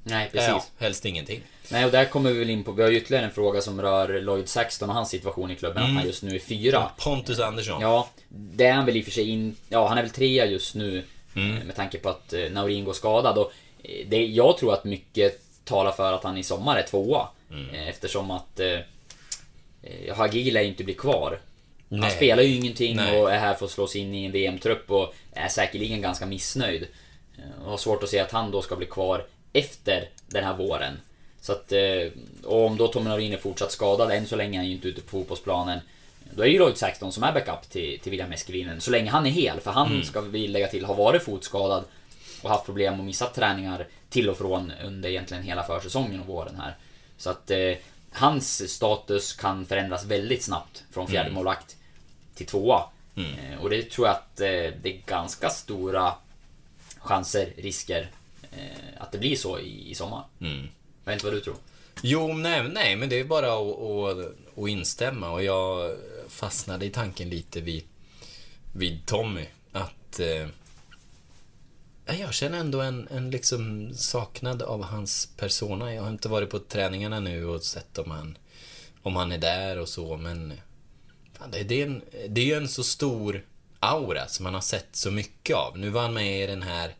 Nej, precis. Ja, helst ingenting. Nej, och där kommer vi väl in på, vi har ju ytterligare en fråga som rör Lloyd Saxton och hans situation i klubben, att han just nu är 4. Pontus Andersson. Ja, det är han väl i och för sig han är väl 3 just nu, med tanke på att Naurin går skadad. Och jag tror att mycket talar för att han i sommar är 2. Eftersom att Hagila inte blir kvar. Han spelar ju ingenting och är här för att slå sig in i en VM-trupp och är säkerligen ganska missnöjd. Och har svårt att se att han då ska bli kvar efter den här våren. Så att, och om då Tommy Naurin är fortsatt skadad, än så länge är han ju inte ute på fotbollsplanen, då är ju Lloyd Saxton som är backup till William Eskelinen, så länge han är hel. För han, ska vi lägga till, har varit fotskadad och haft problem och missat träningar till och från under egentligen hela försäsongen och våren här. Så att hans status kan förändras väldigt snabbt från fjärde målvakt till 2. Och det tror jag att det är ganska stora chanser, risker att det blir så i sommar. Jag vet inte vad du tror. Jo, nej, men det är bara att instämma. Och jag fastnade i tanken lite vid Tommy. Att jag känner ändå en liksom saknad av hans persona. Jag har inte varit på träningarna nu och sett om han är där och så. Men fan, det är ju en så stor aura som man har sett så mycket av. Nu var han med i den här,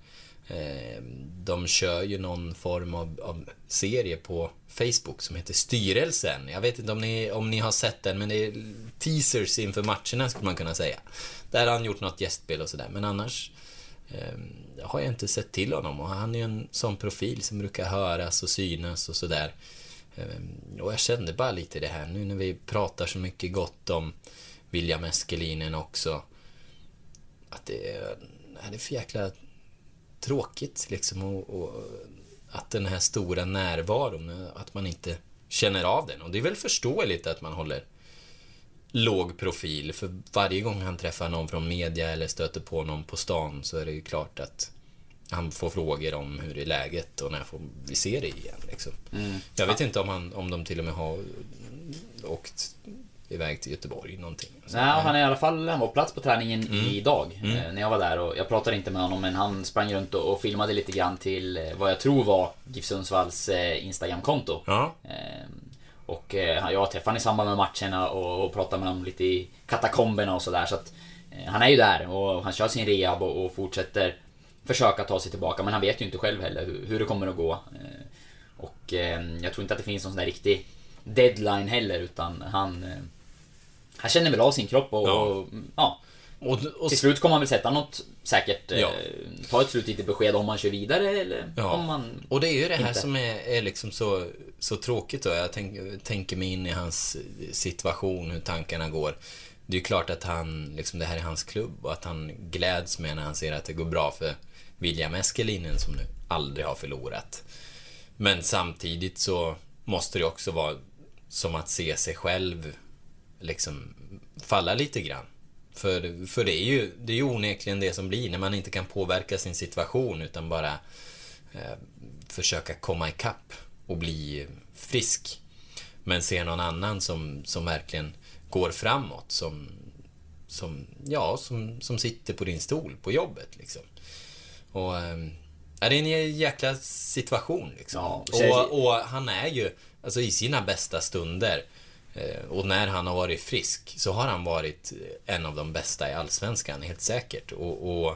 de kör ju någon form av serie på Facebook som heter Styrelsen. Jag vet inte om ni har sett den, men det är teasers inför matcherna, skulle man kunna säga. Där har han gjort något gästspel och sådär. Men annars har jag inte sett till honom. Och han är ju en sån profil som brukar höras och synas och sådär. Och jag kände bara lite det här nu när vi pratar så mycket gott om William Eskelinen också, att det är för jäkla tråkigt liksom, och att den här stora närvaron, att man inte känner av den. Och det är väl förståeligt att man håller låg profil, för varje gång han träffar någon från media eller stöter på någon på stan så är det ju klart att han får frågor om hur är läget och när får vi se det igen liksom. Jag vet inte om de till och med har åkt iväg till Göteborg någonting. Nej, han är i alla fall, han var på plats på träningen idag när jag var där, och jag pratade inte med honom, men han sprang runt och filmade lite grann till vad jag tror var GIF Sundsvalls Instagram-konto. Och jag träffade honom i samband med matcherna och pratade med honom lite i katakomberna och sådär, så att han är ju där och han kör sin rehab och fortsätter försöka ta sig tillbaka, men han vet ju inte själv heller hur det kommer att gå. Och jag tror inte att det finns någon sån där riktig deadline heller, utan han känner väl av sin kropp och till slut kommer han väl sätta något säkert, ta ett slutgiltigt besked om man kör vidare eller om man. Och det är ju det här inte. Som är liksom så tråkigt då. Jag tänker mig in i hans situation, hur tankarna går. Det är ju klart att han liksom, det här är hans klubb och att han gläds med när han ser att det går bra för William Eskelinen som nu aldrig har förlorat. Men samtidigt så måste det också vara som att se sig själv liksom falla lite grann. För det är ju onekligen det som blir när man inte kan påverka sin situation utan bara försöka komma ikapp och bli frisk. Men ser någon annan som verkligen går framåt, som sitter på din stol på jobbet liksom. Och det är en jäkla situation liksom. Och han är ju alltså i sina bästa stunder och när han har varit frisk så har han varit en av de bästa i Allsvenskan, helt säkert. Och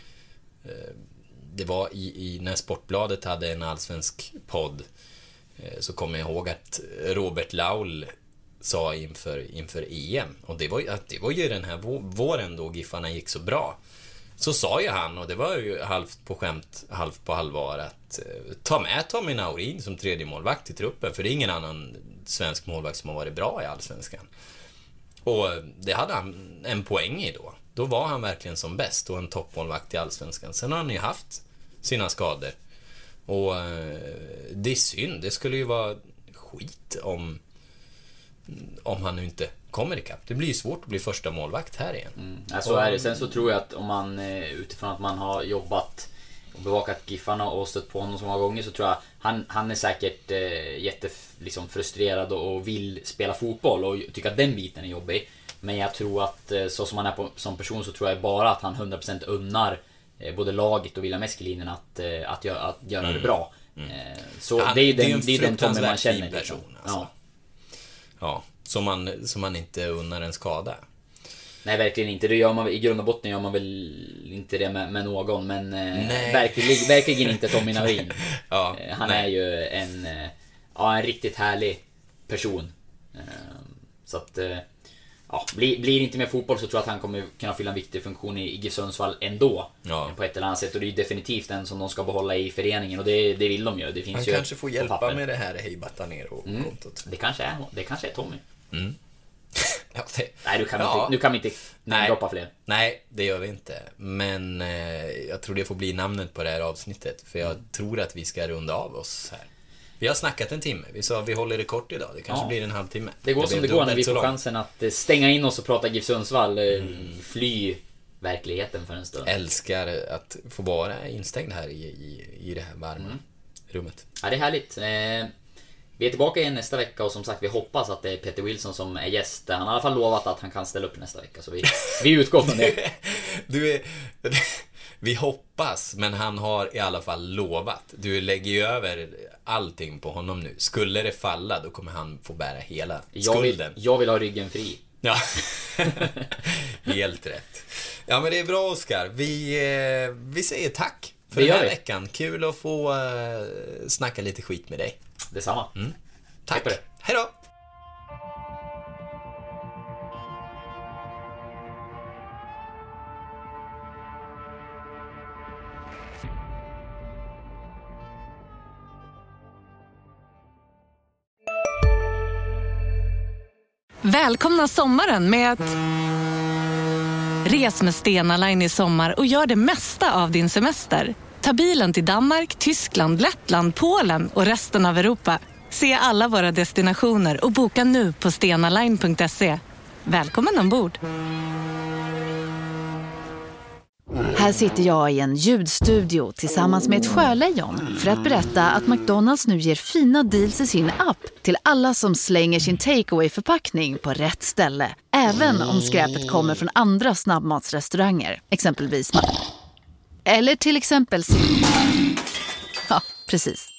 det var när Sportbladet hade en allsvensk podd, så kommer jag ihåg att Robert Laul sa inför EM, och det var ju den här våren då Giffarna gick så bra, så sa ju han, och det var ju halvt på skämt, halvt på allvar, att ta med Tommy Naurin som tredje målvakt i truppen, för det är ingen annan svensk målvakt som har varit bra i Allsvenskan. Och det hade han en poäng i då. Då var han verkligen som bäst och en toppmålvakt i Allsvenskan. Sen har han ju haft sina skador. Och det är synd. Det skulle ju vara skit om han nu inte kommer ikapp. Det blir ju svårt att bli första målvakt här igen. Så är det. Sen så tror jag att om man utifrån att man har jobbat och bevakat Giffarna och stött på honom så många gånger, så tror jag han är säkert liksom frustrerad och vill spela fotboll och tycker att den biten är jobbig. Men jag tror att så som han är som person, så tror jag bara att han 100% unnar både laget och William Eskelinen att göra det bra. Så det är den Tommy man känner person, alltså. Ja, som man inte unnar en skada. Nej, verkligen inte. Det gör man, i grund och botten gör man väl inte det med någon. Men verkligen inte Tommy Naurin. Han är ju en riktigt härlig person. Så att blir inte med fotboll så tror jag att han kommer kunna fylla en viktig funktion i GIF Sundsvall ändå. På ett eller annat sätt. Och det är definitivt en som de ska behålla i föreningen. Och det vill de ju. Det finns han kanske får hjälpa med det här Hej Batanero-kontot. Det kanske är Tommy. Nej, nu kan vi inte droppa fler. Nej, det gör vi inte. Men jag tror det får bli namnet på det här avsnittet. För jag tror att vi ska runda av oss här. Vi har snackat en timme. Vi sa att vi håller det kort idag. Det kanske blir en halvtimme. Det går som det går när vi får chansen att stänga in oss och prata GIF Sundsvall. Fly verkligheten för en stund. Älskar att få vara instängd här i det här varma rummet. Ja, det är härligt. Vi är tillbaka igen nästa vecka och som sagt vi hoppas att det är Peter Wilson som är gäst. Han har i alla fall lovat att han kan ställa upp nästa vecka, så vi utgår från det. Vi hoppas, men han har i alla fall lovat. Du lägger ju över allting på honom nu. Skulle det falla, då kommer han få bära hela skulden. Jag vill ha ryggen fri. Ja, helt rätt. Ja, men det är bra, Oskar. Vi säger tack för den här veckan. Kul att få snacka lite skit med dig. Detsamma. Tack. Hej då. Välkomna sommaren med att res med Stena Line i sommar och gör det mesta av din semester. Ta bilen till Danmark, Tyskland, Lettland, Polen och resten av Europa. Se alla våra destinationer och boka nu på stenaline.se. Välkommen ombord! Här sitter jag i en ljudstudio tillsammans med ett sjölejon för att berätta att McDonalds nu ger fina deals i sin app till alla som slänger sin takeaway-förpackning på rätt ställe. Även om skräpet kommer från andra snabbmatsrestauranger, exempelvis eller till exempel ja, precis.